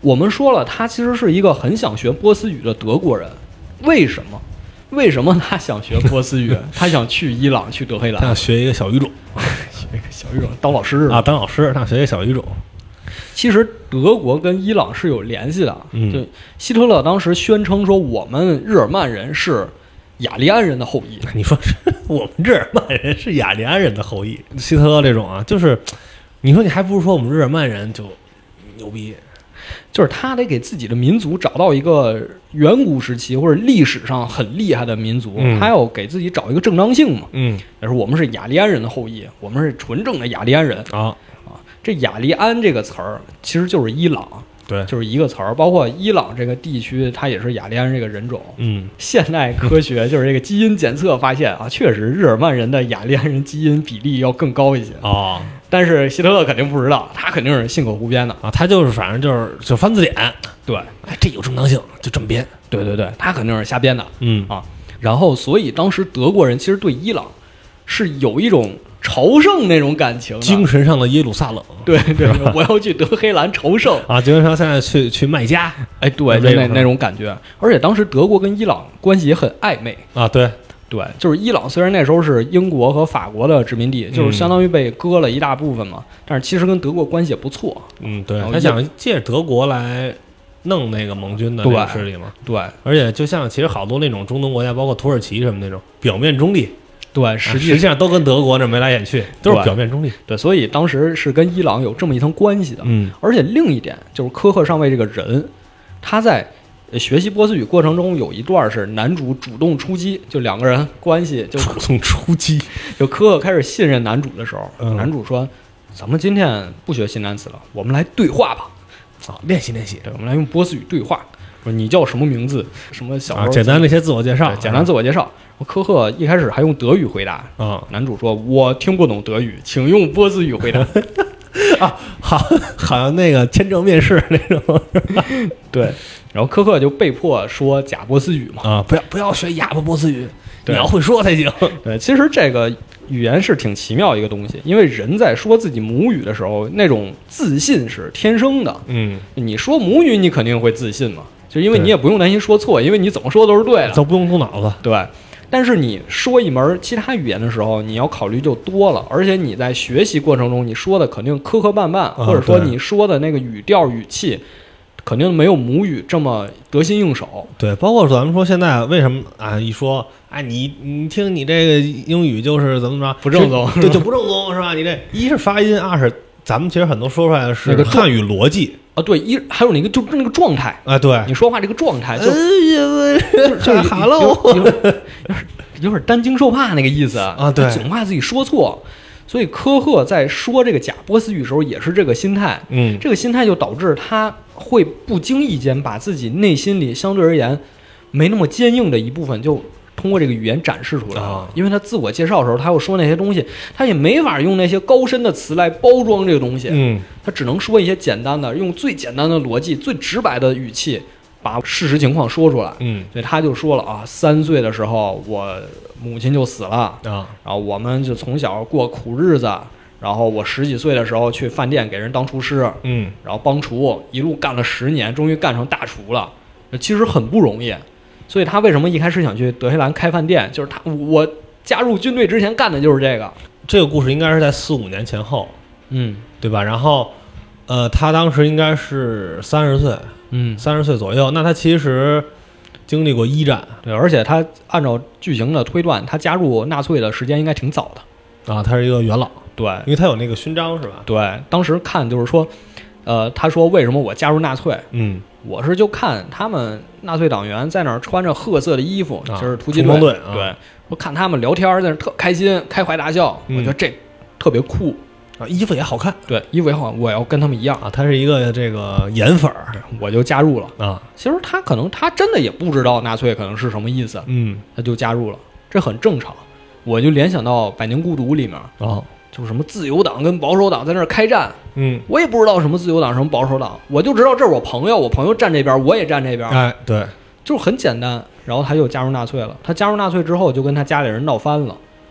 我们说了，他其实是一个很想学波斯语的德国人，为什么？为什么他想学波斯语？他想去伊朗，去德黑兰， 他想学一个小语种， 学一个小语种，当老师啊， 当老师，他想学一个小语种。 其实德国跟伊朗是有联系的，就希特勒当时宣称说，我们日耳曼人是雅利安人的后裔。 你说是我们日耳曼人是雅利安人的后裔？希特勒这种啊，就是你说你还不如说我们日耳曼人就牛逼。 就是他得给自己的民族找到一个远古时期或者历史上很厉害的民族，他要给自己找一个正当性嘛。也是我们是雅利安人的后裔，我们是纯正的雅利安人啊。这雅利安这个词儿其实就是伊朗， 对， 就是一个词儿。包括伊朗这个地区，它也是雅利安这个人种。现代科学就是这个基因检测发现啊，确实日耳曼人的雅利安人基因比例要更高一些啊。 但是希特勒肯定不知道，他肯定是信口胡编的啊，他就是反正就翻字典， 对， 这有正当性，就这么编， 对，他肯定是瞎编的，然后所以当时德国人其实对伊朗是有一种朝圣那种感情， 精神上的耶路撒冷， 对，我要去德黑兰朝圣啊，精神上现在去麦加， 哎，对，就那种感觉，而且当时德国跟伊朗关系也很暧昧啊， 对，就是伊朗虽然那时候是英国和法国的殖民地，就是相当于被割了一大部分嘛，但是其实跟德国关系也不错。 对，他想借着德国来弄那个盟军的那个势力嘛。对，而且就像其实好多那种中东国家，包括土耳其什么那种，表面中立， 对， 实际上都跟德国这眉来眼去，都是表面中立。 对，所以当时是跟伊朗有这么一层关系的。而且另一点就是科赫上尉这个人，他在学习波斯语过程中有一段是男主主动出击，就两个人关系就主动出击， 就科赫开始信任男主的时候，男主说：“咱们今天不学新单词了，我们来对话吧， 练习练习。 对，我们来用波斯语对话。说你叫什么名字？什么小时候简单的一些自我介绍， 简单自我介绍。科赫一开始还用德语回答男主说：我听不懂德语，请用波斯语回答。 好像那个签证面试那种， 对。”然后科赫就被迫说假波斯语嘛， 不要学哑巴波斯语，你要会说才行。 对，其实这个语言是挺奇妙一个东西，因为人在说自己母语的时候，那种自信是天生的。你说母语，你肯定会自信嘛，就因为你也不用担心说错，因为你怎么说都是对的， 都不用动脑子。 对，但是你说一门其他语言的时候，你要考虑就多了，而且你在学习过程中，你说的肯定磕磕绊绊，或者说你说的那个语调语气。肯定没有母语这么得心应手。 对，包括咱们说现在为什么啊？一说你听你这个英语就是怎么着不正宗， 对，就不正宗是吧？你这一是发音，二是咱们其实很多说出来的是汉语逻辑啊。对，还有那个就那个状态啊，对， 你说话这个状态就哈喽， 有点担惊受怕那个意思啊，对， 总怕自己说错。所以科赫在说这个假波斯语的时候也是这个心态，这个心态就导致他会不经意间把自己内心里相对而言没那么坚硬的一部分就通过这个语言展示出来了。因为他自我介绍的时候，他要说那些东西，他也没法用那些高深的词来包装这个东西，他只能说一些简单的，用最简单的逻辑、最直白的语气把事实情况说出来。所以他就说了3岁的时候我母亲就死了然后我们就从小过苦日子，然后我10几岁的时候去饭店给人当厨师，然后帮厨一路干了10年，终于干成大厨了，其实很不容易。所以他为什么一开始想去德黑兰开饭店，就是我加入军队之前干的就是这个。 这个故事应该是在4、5年前后，对吧？然后他当时应该是30岁，30岁左右。那他其实经历过1战， 对，而且他按照剧情的推断，他加入纳粹的时间应该挺早的他是一个元老， 对， 因为他有那个勋章是吧？ 对，当时看就是说，他说为什么我加入纳粹？我是就看他们纳粹党员在那儿穿着褐色的衣服，就是突击队，对，我看他们聊天在那特开心，开怀大笑，我觉得这特别酷。 衣服也好看， 对，衣服也好看，我要跟他们一样他是一个这个颜粉儿， 我就加入了其实他可能他真的也不知道纳粹可能是什么意思，他就加入了，这很正常。我就联想到《百年孤独》里面就是什么自由党跟保守党在那儿开战，我也不知道什么自由党什么保守党，我就知道这是我朋友站这边，我也站这边， 对， 就是很简单。然后他就加入纳粹了，他加入纳粹之后就跟他家里人闹翻了。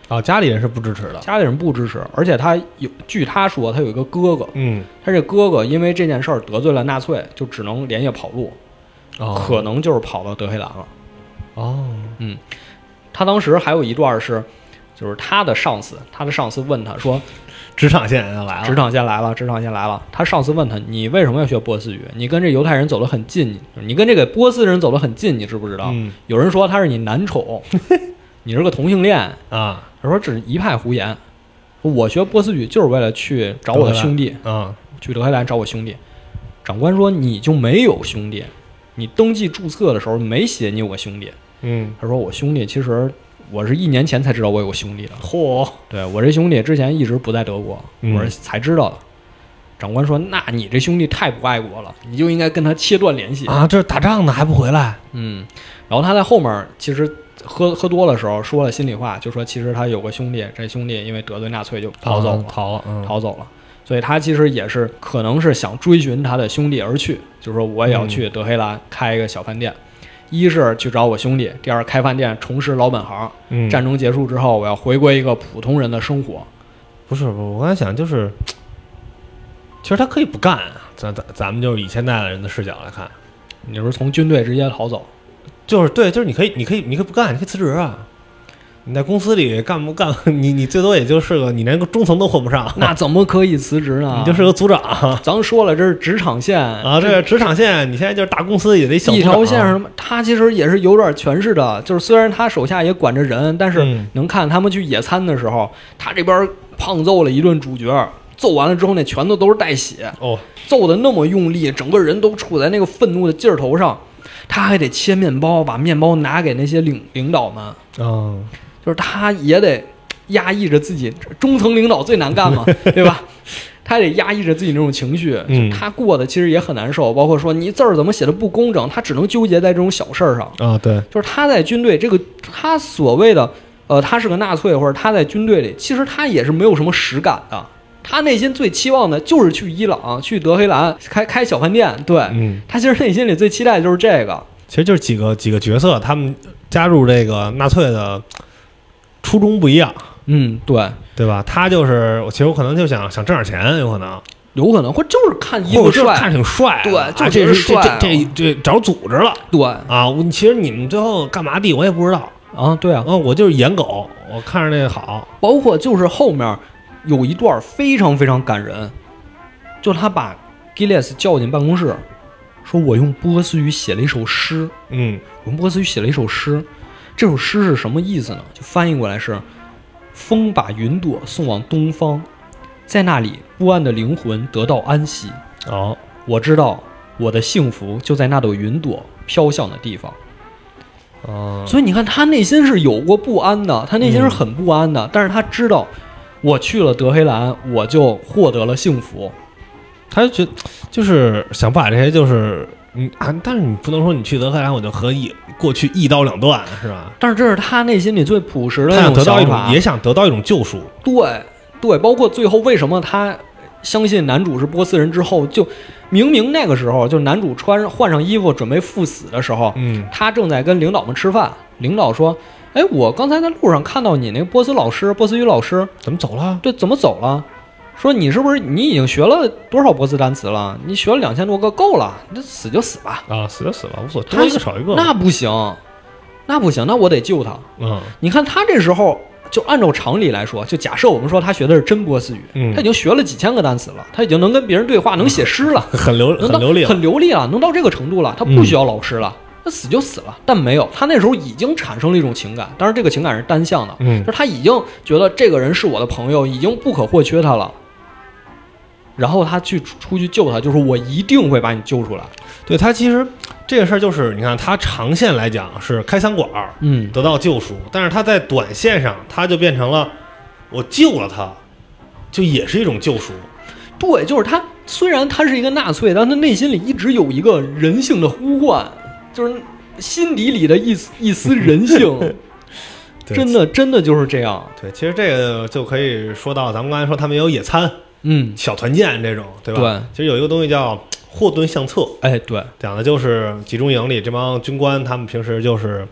家里人是不支持的， 家里人不支持，而且据他说，他有一个哥哥，他这哥哥因为这件事儿得罪了纳粹，就只能连夜跑路，可能就是跑到德黑兰了。他当时还有一段是，就是他的上司问他说， 职场线来了， 职场线来了。他上司问他，你为什么要学波斯语？你跟这犹太人走得很近，你跟这个波斯人走得很近，你知不知道？有人说他是你男宠，你是个同性恋啊。 他说这是一派胡言，我学波斯语就是为了去找我的兄弟去德黑兰找我兄弟。长官说你就没有兄弟，你登记注册的时候没写你有个兄弟。他说我兄弟其实我是1年前才知道我有个兄弟的。对，我这兄弟之前一直不在德国，我是才知道的。长官说那你这兄弟太不爱国了，你就应该跟他切断联系啊！这是打仗呢还不回来。 然后他在后面其实喝多的时候说了心里话，就说其实他有个兄弟，这兄弟因为得罪纳粹就逃走了。所以他其实也是可能是想追寻他的兄弟而去，就是说我也要去德黑兰开一个小饭店。一是去找我兄弟，第二开饭店重拾老本行。战争结束之后，我要回归一个普通人的生活。 不是，我刚才想就是，其实他可以不干啊。咱们就是以现在的人的视角来看， 你是从军队直接逃走， 就是对，就是你可以不干，你可以辞职啊。你在公司里干不干？你最多也就是个，你连个中层都混不上， 那怎么可以辞职呢？ 你就是个组长。 咱说了，这是职场线啊，这是职场线。你现在就是大公司也得小组长。 一条线上，他其实也是有点权势的。就是虽然他手下也管着人，但是能看他们去野餐的时候，他这边胖揍了一顿主角，揍完了之后那拳头都是带血，揍的那么用力，整个人都处在那个愤怒的劲儿头上，他还得切面包，把面包拿给那些领导们。就是他也得压抑着自己，中层领导最难干嘛，对吧？他得压抑着自己那种情绪，他过得其实也很难受。包括说你字儿怎么写的不工整，他只能纠结在这种小事儿上啊。对， 就是他在军队这个，他所谓的他是个纳粹，或者他在军队里，其实他也是没有什么实感的。他内心最期望的就是去伊朗、去德黑兰开小饭店。对，他其实内心里最期待的就是这个。 其实就是几个角色，他们加入这个纳粹的初衷不一样，对吧？他就是，其实我可能就想挣点钱，有可能，或就是看衣服帅， 看挺帅， 对， 就是帅， 这找组织了， 对啊，其实你们最后干嘛的我也不知道啊，对啊， 我就是演狗，我看着那个好， 包括就是后面有一段非常非常感人，就他把 Gilles 叫进办公室，说我用波斯语写了一首诗，我用波斯语写了一首诗。这首诗是什么意思呢？就翻译过来是：风把云朵送往东方，在那里不安的灵魂得到安息。我知道我的幸福就在那朵云朵飘向的地方。所以你看，他内心是有过不安的，他内心是很不安的，但是他知道，我去了德黑兰，我就获得了幸福。 他就是想把这些就是但是你不能说你去德黑兰我就和过去一刀两断，是吧？ 但是这是他内心里最朴实的那种想法， 也想得到一种救赎。 对，包括最后为什么他相信男主是波斯人之后，就明明那个时候就男主换上衣服准备赴死的时候，他正在跟领导们吃饭，领导说：“哎，我刚才在路上看到你那个波斯语老师怎么走了？” 对，怎么走了？说你是不是你已经学了多少波斯单词了？你学了2000多个够了，那死就死吧。 死就死吧，无所谓，多一个少一个。 那不行，那我得救他。你看他这时候就按照常理来说，就假设我们说他学的是真波斯语，他已经学了几千个单词了，他已经能跟别人对话，能写诗了， 很流利了，能到这个程度了，他不需要老师了。那死就死了，但没有，他那时候已经产生了一种情感，当然这个情感是单向的，就是他已经觉得这个人是我的朋友，已经不可或缺他了。然后他出去救他，就是我一定会把你救出来。 对，他其实这个事儿就是你看他长线来讲是开餐馆，得到救赎，但是他在短线上他就变成了我救了他，就也是一种救赎。 对，就是他虽然他是一个纳粹，但他内心里一直有一个人性的呼唤，就是心底里的一丝人性。真的就是这样。 对，其实这个就可以说到咱们刚才说他们有野餐。小团建这种，对吧？ 对， 其实有一个东西叫霍顿相册， 对， 讲的就是集中营里这帮军官，他们平时就是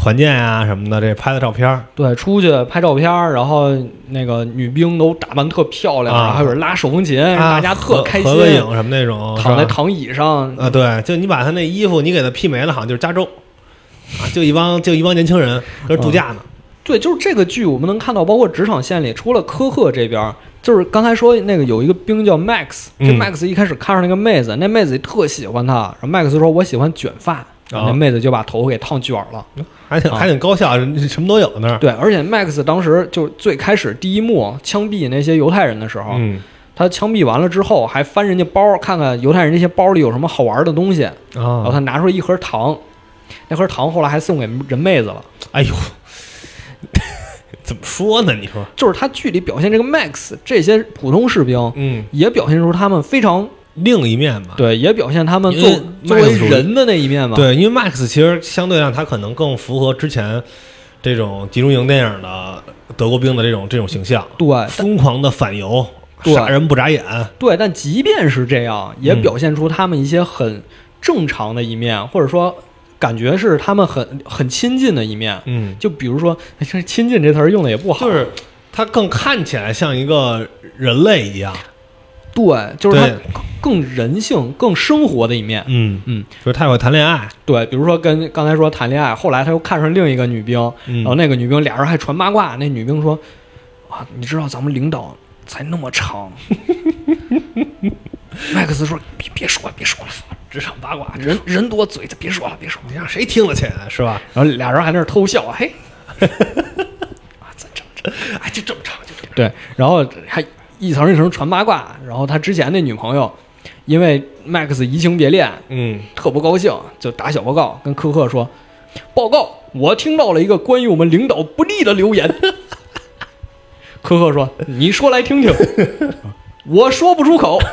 团建啊什么的，这拍的照片。 对，出去拍照片，然后那个女兵都打扮特漂亮，然后还有人拉手风琴，大家特开心， 合个影什么那种， 躺在躺椅上对，就你把他那衣服你给他媲美了，好像就是加州啊，就一帮年轻人搁这度假呢。 对，就是这个剧我们能看到，包括职场线里，除了科赫这边，就是刚才说那个有一个兵叫 Max， 这 Max 一开始看上那个妹子，那妹子特喜欢他，然后 Max 说我喜欢卷发，然后那妹子就把头给烫卷了， 还挺高效，什么都有那儿。 对，而且 Max 当时就最开始第一幕枪毙那些犹太人的时候，他枪毙完了之后还翻人家包，看看犹太人这些包里有什么好玩的东西，然后他拿出一盒糖，那盒糖后来还送给人妹子了。 哎呦！怎么说呢？你说， 就是他剧里表现这个 Max 这些普通士兵，也表现出他们非常另一面吧。 对，也表现他们作为人的那一面吧。 对，因为 Max 其实相对上他可能更符合之前这种集中营电影的德国兵的这种形象。 对， 疯狂的反犹，杀人不眨眼。 对，但即便是这样，也表现出他们一些很正常的一面，或者说。感觉是他们很亲近的一面，就比如说这亲近这词儿用的也不好， 就是他更看起来像一个人类一样， 对，就是他更人性、更生活的一面， 就是他会谈恋爱， 对，比如说跟刚才说谈恋爱，后来他又看上另一个女兵，然后那个女兵俩人还传八卦，那女兵说啊，你知道咱们领导才那么长，麦克斯说别说了。职场八卦，人多嘴，别说了， 你让谁听得起来是吧？ 然后俩人还在那偷笑，嘿， 哎，就这么长， 对，然后还一层一层传八卦。然后他之前那女朋友，因为 Max 移情别恋，特不高兴，就打小报告跟科赫说：“报告，我听到了一个关于我们领导不利的流言。”科赫说：“你说来听听。”我说不出口。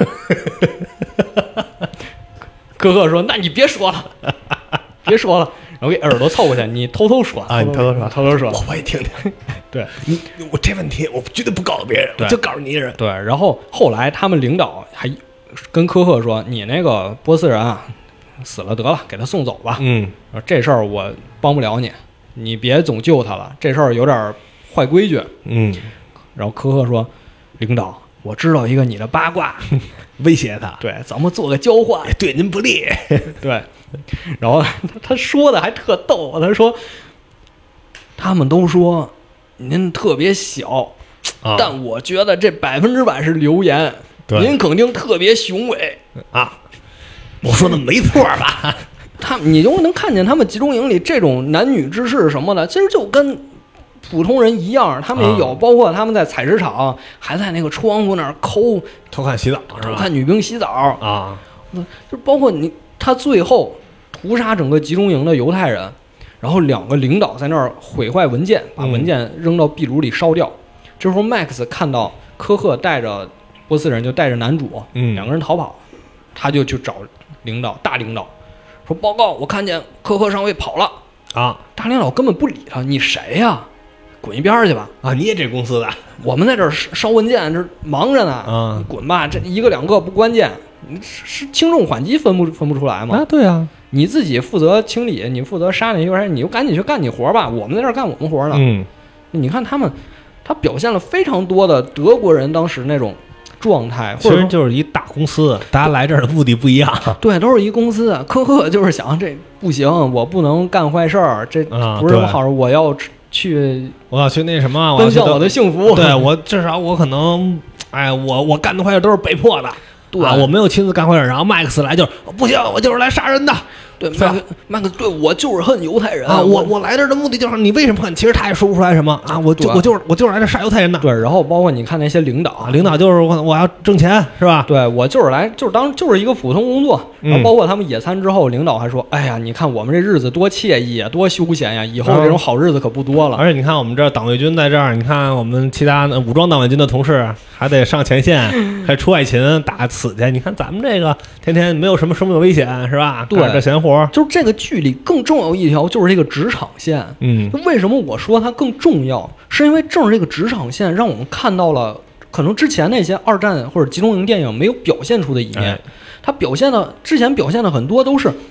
科赫说：“那你别说了，别说了。”然后给耳朵凑过去，你偷偷说啊，你偷偷说， 我也听听。对， 我这问题我绝对不告诉别人，我就告诉你一人。 对，然后后来他们领导还跟科赫说：“你那个波斯人啊，死了得了，给他送走吧。这事儿我帮不了你，你别总救他了，这事儿有点坏规矩。”然后科赫说：“领导，我知道一个你的八卦。” 威胁他， 对，咱们做个交换， 对您不利。 对，然后他说的还特逗，他说他们都说您特别小，但我觉得这100%是流言，您肯定特别雄伟啊。我说的没错吧？ 你就能看见他们集中营里这种男女之事什么的，其实就跟普通人一样，他们也有，包括他们在采石场还在那个窗户那儿偷看洗澡， 偷看女兵洗澡啊， 就包括他最后屠杀整个集中营的犹太人，然后2个领导在那儿毁坏文件，把文件扔到壁炉里烧掉。这时候 Max 看到科赫带着波斯人，就带着男主，2个人逃跑，他就去找大领导说：“报告，我看见科赫上尉跑了啊！” 大领导根本不理他，你谁呀？滚一边去吧！ 啊，你也这公司的？ 我们在这儿烧文件，这忙着呢。你滚吧！这1个2个不关键，是轻重缓急分不出来吗？ 啊，对啊， 你自己负责清理，你负责杀那些人，你就赶紧去干你活吧。我们在这儿干我们活呢。你看他表现了非常多的德国人当时那种状态， 其实就是一大公司，大家来这儿的目的不一样。 对，都是一公司。科赫就是想这不行，我不能干坏事儿，这不是什么好事，我要去那什么， 奔向我的幸福。 对，我至少我可能，我干的坏事都是被迫的， 对， 我没有亲自干坏事。然后麦克斯来就是不行，我就是来杀人的。 对，麦克对我就是恨犹太人啊！我来这儿的目的就是你为什么恨？其实他也说不出来什么啊！我就是来这杀犹太人的。 对，然后包括你看那些领导就是我要挣钱是吧？ 对，我就是一个普通工作。然后包括他们野餐之后，领导还说：“哎呀，你看我们这日子多惬意啊，多休闲呀！以后这种好日子可不多了。” 而且你看我们这党卫军在这儿，你看我们其他武装党卫军的同事还得上前线，还出外勤打死去。你看咱们这个天天没有什么生命危险是吧？ 对， 干这闲活。 就是这个剧里更重要一条就是这个职场线。为什么我说它更重要？是因为正是这个职场线让我们看到了可能之前那些2战或者集中营电影没有表现出的一面。它之前表现的很多都是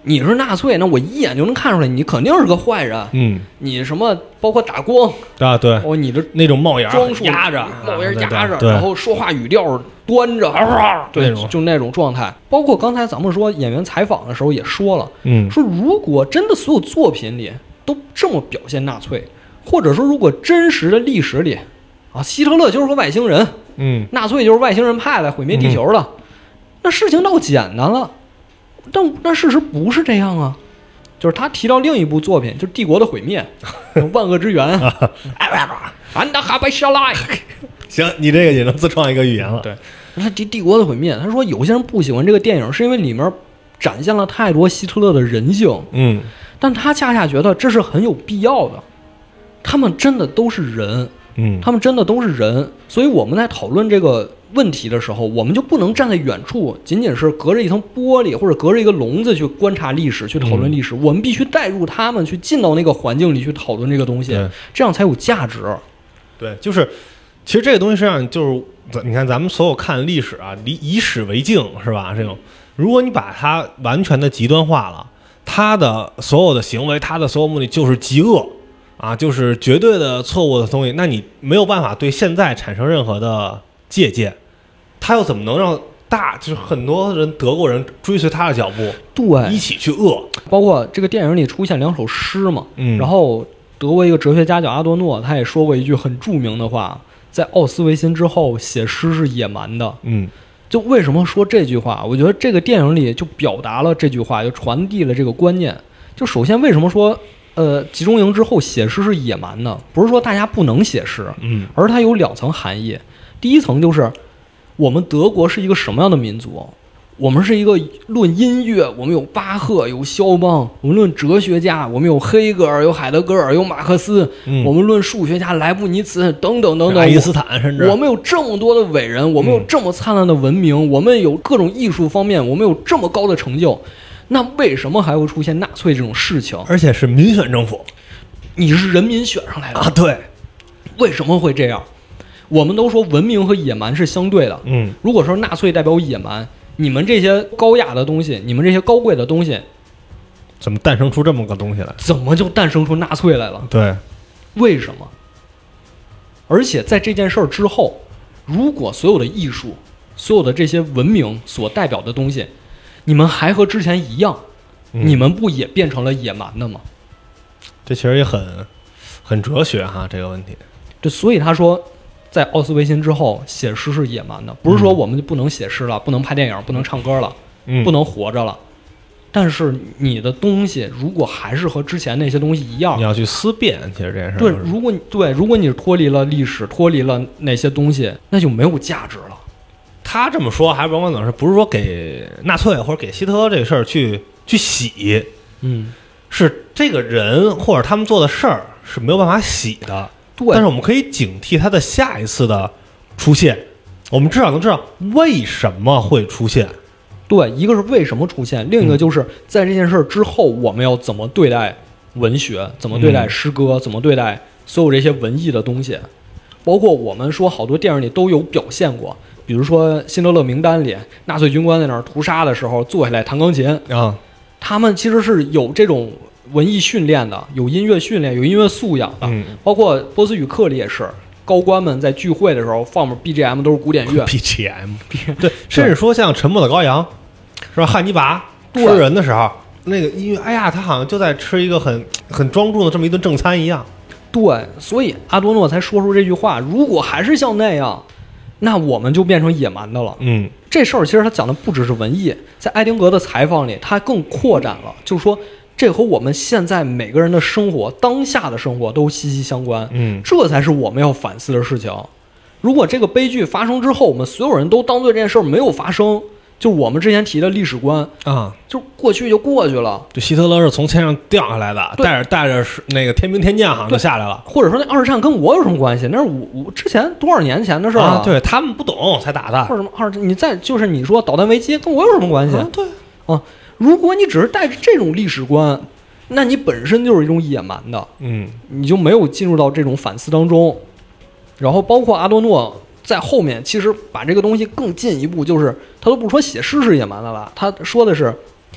你是纳粹，那我一眼就能看出来，你肯定是个坏人。你什么包括打光啊，对， 你的那种帽檐装束压着， 帽檐压着，然后说话语调端着，对，就那种状态。包括刚才咱们说演员采访的时候也说了，说如果真的所有作品里都这么表现纳粹，或者说如果真实的历史里啊，希特勒就是个外星人，纳粹就是外星人派来毁灭地球的，那事情倒简单了。但事实不是这样啊，就是他提到另一部作品，就是《帝国的毁灭》万恶之源安达哈白沙拉。 行，你这个也能自创一个语言了。 对，他帝国的毁灭，他说有些人不喜欢这个电影，是因为里面展现了太多希特勒的人性。但他恰恰觉得这是很有必要的，他们真的都是人。他们真的都是人，所以我们在讨论这个问题的时候，我们就不能站在远处，仅仅是隔着一层玻璃或者隔着一个笼子去观察历史，去讨论历史。我们必须带入他们，去进到那个环境里去讨论这个东西，这样才有价值。 对，就是其实这个东西实际上就是你看咱们所有看历史啊，以史为镜是吧？这种如果你把它完全的极端化了，他的所有的行为，他的所有目的就是极恶。就是绝对的错误的东西，那你没有办法对现在产生任何的借鉴，他又怎么能让就是很多人德国人追随他的脚步， 对， 一起去恶？ 包括这个电影里出现2首诗嘛，然后德国一个哲学家叫阿多诺，他也说过一句很著名的话，在奥斯维辛之后，写诗是野蛮的。就为什么说这句话？我觉得这个电影里就表达了这句话，就传递了这个观念。就首先为什么说集中营之后写诗是野蛮的，不是说大家不能写诗，而它有2层含义。第一层就是我们德国是一个什么样的民族？我们是一个论音乐，我们有巴赫，有肖邦；我们论哲学家，我们有黑格尔，有海德格尔，有马克思；我们论数学家，莱布尼茨等等等等， 爱因斯坦，甚至我们有这么多的伟人，我们有这么灿烂的文明，我们有各种艺术方面，我们有这么高的成就。那为什么还会出现纳粹这种事情？ 而且是民选政府， 你是人民选上来的啊？对， 为什么会这样？我们都说文明和野蛮是相对的。如果说纳粹代表野蛮，你们这些高雅的东西，你们这些高贵的东西， 怎么诞生出这么个东西来？ 怎么就诞生出纳粹来了？ 对， 为什么？而且在这件事儿之后，如果所有的艺术，所有的这些文明所代表的东西，你们还和之前一样，你们不也变成了野蛮的吗？ 这其实也很哲学哈，这个问题。 对，所以他说，在奥斯维辛之后，写诗是野蛮的，不是说我们就不能写诗了，不能拍电影，不能唱歌了，不能活着了。但是你的东西如果还是和之前那些东西一样， 你要去思辨，其实这件事。 对，如果你脱离了历史，脱离了那些东西，那就没有价值了。 他这么说还往往不是说给纳粹或者给希特勒这个事儿去洗，是这个人或者他们做的事儿是没有办法洗的。 对， 但是我们可以警惕他的下一次的出现，我们至少能知道为什么会出现。 对，一个是为什么出现，另一个就是在这件事之后，我们要怎么对待文学，怎么对待诗歌，怎么对待所有这些文艺的东西。包括我们说好多电影里都有表现过，比如说辛德勒名单里，纳粹军官在那儿屠杀的时候坐下来弹钢琴啊， 他们其实是有这种文艺训练的，有音乐训练，有音乐素养的。包括波斯语课里也是，高官们在聚会的时候放着 BGM 都是古典乐 BGM 对，甚至说像《沉默的羔羊》是吧？汉尼拔吃人的时候那个音乐，哎呀，他好像就在吃一个很庄重的这么一顿正餐一样。 对，所以阿多诺才说出这句话，如果还是像那样，那我们就变成野蛮的了。这事儿其实他讲的不只是文艺，在艾丁格的采访里他更扩展了，就是说这和我们现在每个人的生活，当下的生活都息息相关。这才是我们要反思的事情。如果这个悲剧发生之后，我们所有人都当做这件事儿没有发生，就是我们之前提的历史观啊， 就过去就过去了。 就希特勒是从天上掉下来的，带着那个天兵天将好像就下来了。 或者说那二战跟我有什么关系？那是我之前多少年前的事儿啊。对，他们不懂才打的。 或者什么二战，你再就是你说导弹危机跟我有什么关系？ 对啊，如果你只是带着这种历史观，那你本身就是一种野蛮的。你就没有进入到这种反思当中。然后包括阿多诺在后面其实把这个东西更进一步，就是他都不说写诗是野蛮的了，他说的是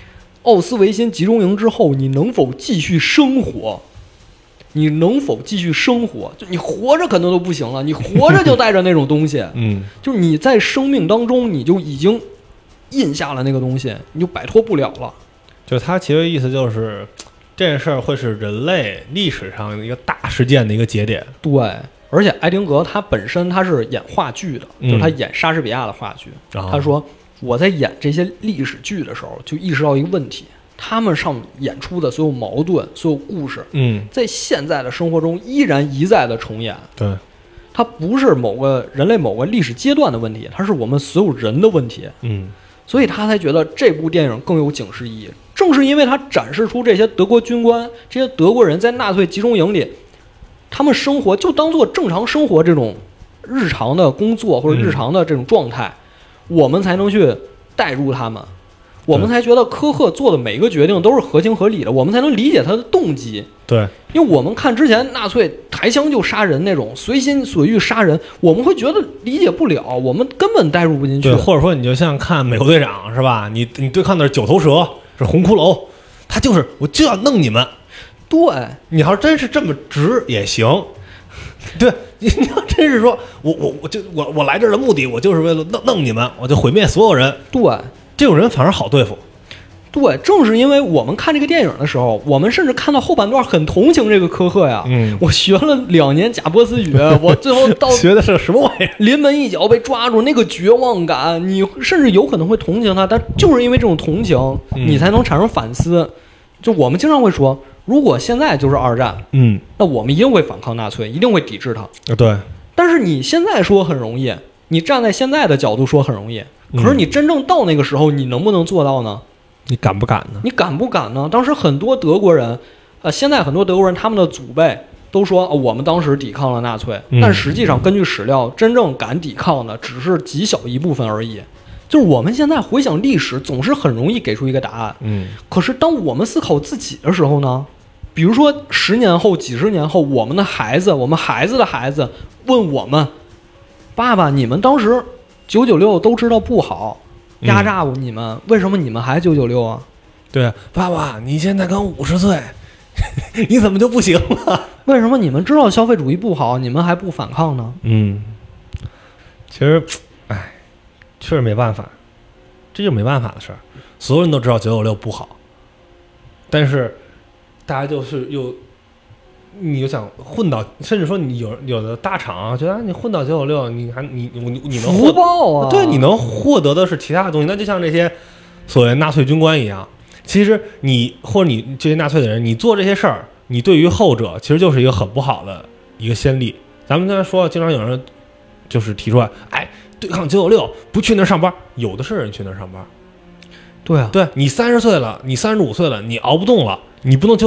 奥斯维辛集中营之后，你能否继续生活？你能否继续生活？就你活着可能都不行了，你活着就带着那种东西，就是你在生命当中你就已经印下了那个东西，你就摆脱不了了。 就他其实意思就是这件事儿会是人类历史上一个大事件的一个节点。 对，而且艾丁格他本身他是演话剧的，就是他演莎士比亚的话剧。他说我在演这些历史剧的时候就意识到一个问题，他们上演出的所有矛盾所有故事在现在的生活中依然一再的重演。 对， 它不是某个人类某个历史阶段的问题，它是我们所有人的问题。所以他才觉得这部电影更有警示意义。正是因为他展示出这些德国军官这些德国人在纳粹集中营里他们生活就当做正常生活这种日常的工作或者日常的这种状态，我们才能去带入他们，我们才觉得科赫做的每一个决定都是合情合理的，我们才能理解他的动机。 对， 因为我们看之前纳粹抬枪就杀人那种随心所欲杀人，我们会觉得理解不了，我们根本带入不进去。 对，或者说你就像看美国队长是吧？你对抗的是九头蛇，是红骷髅，他就是我就要弄你们。 对， 你要真是这么直也行。对，你要真是说我来这儿的目的，我就是为了弄你们，我就毁灭所有人。 对， 这种人反而好对付。 对，正是因为我们看这个电影的时候，我们甚至看到后半段很同情这个科赫呀。我学了2年贾波斯语，我最后到学的是什么玩意儿？ 临门一脚被抓住，那个绝望感，你甚至有可能会同情他，但就是因为这种同情，你才能产生反思。就我们经常会说，如果现在就是二战，那我们一定会反抗纳粹，一定会抵制他。 对。 但是你现在说很容易，你站在现在的角度说很容易，可是你真正到那个时候，你能不能做到呢？ 你敢不敢呢？ 你敢不敢呢？当时很多德国人，现在很多德国人他们的祖辈都说，我们当时抵抗了纳粹，但实际上根据史料，真正敢抵抗的只是极小一部分而已。就是我们现在回想历史，总是很容易给出一个答案。可是当我们思考自己的时候呢？比如说10年后、几十年后，我们的孩子、我们孩子的孩子问我们：“爸爸，你们当时996都知道不好。”压榨你们，为什么你们还996啊？ 对，爸爸，你现在刚50岁，你怎么就不行了？ 为什么你们知道消费主义不好，你们还不反抗呢？ 其实，确实没办法，这就没办法的事儿。所有人都知道996不好，但是大家就是你就想混到，甚至说你有的大厂觉得你混到996，你能福报啊？ 对，你能获得的是其他的东西。那就像这些所谓纳粹军官一样，其实你或者你这些纳粹的人，你做这些事儿，你对于后者其实就是一个很不好的一个先例。咱们刚才说，经常有人就是提出来，对抗996，不去那儿上班，有的是人去那儿上班。 对啊， 对你30岁了，你35岁了，你熬不动了，你不能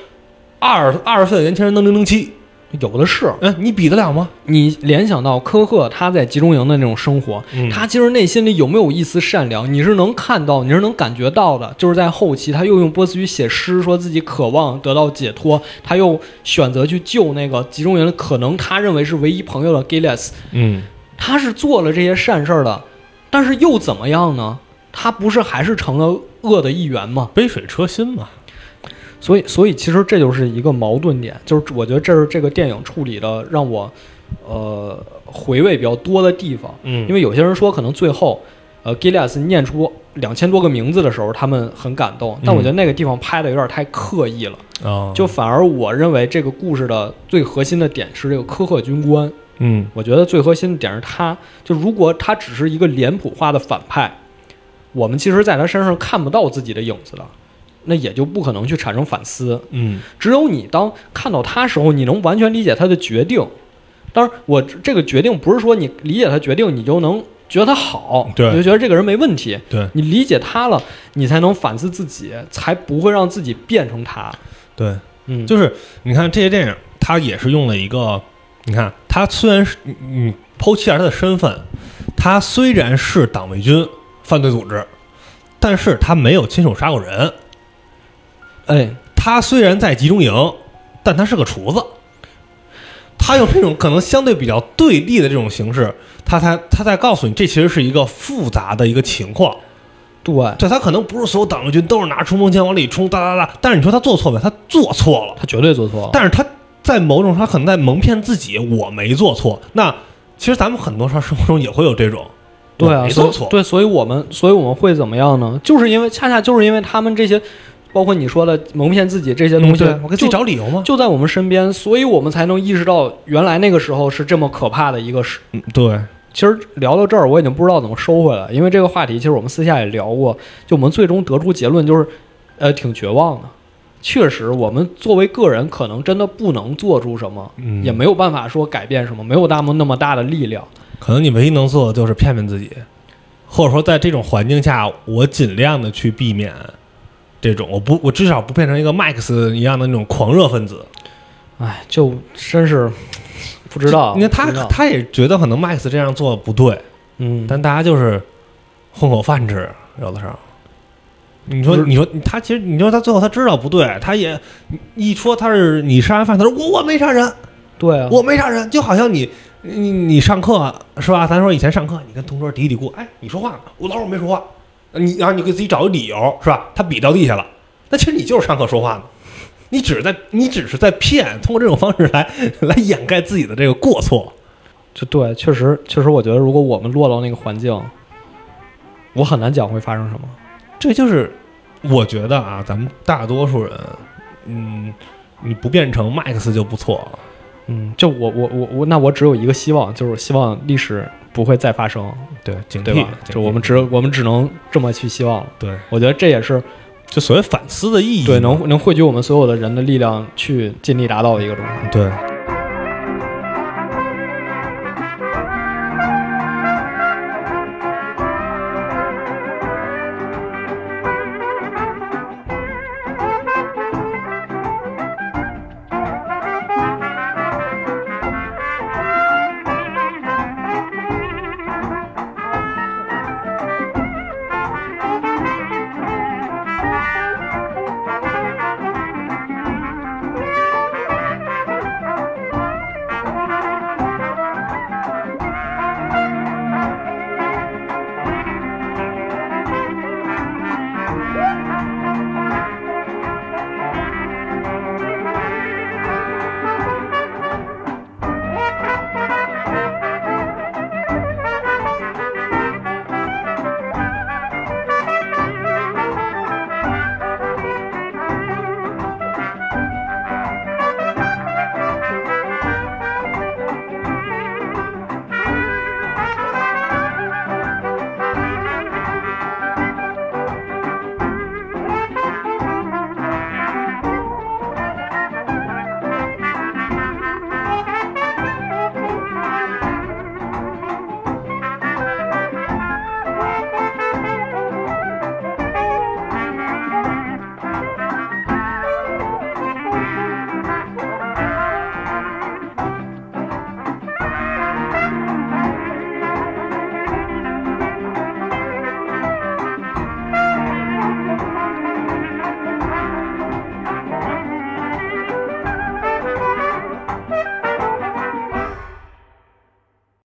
996。20岁的年轻人能007， 有的是。 你比得了吗？ 你联想到科赫他在集中营的那种生活，他其实内心里有没有一丝善良，你是能看到，你是能感觉到的。就是在后期，他又用波斯语写诗，说自己渴望得到解脱，他又选择去救那个集中营可能他认为是唯一朋友的 Gilles。他是做了这些善事的，但是又怎么样呢？他不是还是成了恶的一员吗？ 杯水车薪嘛。 所以其实这就是一个矛盾点，就是我觉得这是这个电影处理的让我回味比较多的地方。因为有些人说可能最后Gilles 念出2000多个名字的时候他们很感动，但我觉得那个地方拍的有点太刻意了。就反而我认为这个故事的最核心的点是这个科赫军官。我觉得最核心的点是他，就如果他只是一个脸谱化的反派，我们其实在他身上看不到自己的影子的，那也就不可能去产生反思。只有你当看到他时候，你能完全理解他的决定。当然我这个决定不是说你理解他决定你就能觉得他好， 对， 你就觉得这个人没问题。 对， 你理解他了，你才能反思自己，才不会让自己变成他。 对，就是你看这些电影，他也是用了一个，你看他虽然是剖析一下他的身份，他虽然是党卫军犯罪组织，但是他没有亲手杀过人。他虽然在集中营，但他是个厨子。他用这种可能相对比较对立的这种形式，他在告诉你，这其实是一个复杂的一个情况。 对， 他可能不是所有党卫军都是拿冲锋枪往里冲，哒哒哒。但是你说他做错没？他做错了， 他绝对做错了。 但是他在某种他可能在蒙骗自己，我没做错。那其实咱们很多时候生活中也会有这种， 对啊， 没做错。 对，所以我们会怎么样呢？就是因为恰恰就是因为他们这些。包括你说的蒙骗自己这些东西， 我给自己找理由吗？ 就在我们身边，所以我们才能意识到原来那个时候是这么可怕的一个事。 对， 其实聊到这儿，我已经不知道怎么收回来，因为这个话题其实我们私下也聊过，就我们最终得出结论就是，挺绝望的。确实，我们作为个人，可能真的不能做出什么，也没有办法说改变什么，没有那么大的力量。 可能你唯一能做的就是骗自己，或者说在这种环境下，我尽量的去避免。这种我至少不变成一个 Max 一样的那种狂热分子， 哎，就真是不知道。 因为他也觉得可能 Max 这样做不对，但大家就是混口饭吃，有的时候。你说他其实你说他最后他知道不对，他也一说他是你杀人犯，他说我没杀人， 对啊， 我没杀人，就好像你上课是吧？咱说以前上课，你跟同桌嘀嘀咕，哎，你说话呢，我老师没说话。然后你给自己找个理由是吧？他笔到地下了，那其实你就是上课说话呢，你只是在骗，通过这种方式来掩盖自己的这个过错。 就对，确实，我觉得如果我们落到那个环境，我很难讲会发生什么。 这就是我觉得啊，咱们大多数人，你不变成 Max 就不错了。 就那我只有一个希望，就是希望历史不会再发生， 对，警惕， 对吧？就我们只能这么去希望了。 对， 我觉得这也是就所谓反思的意义， 对，能汇聚我们所有的人的力量去尽力达到的一个东西。 对。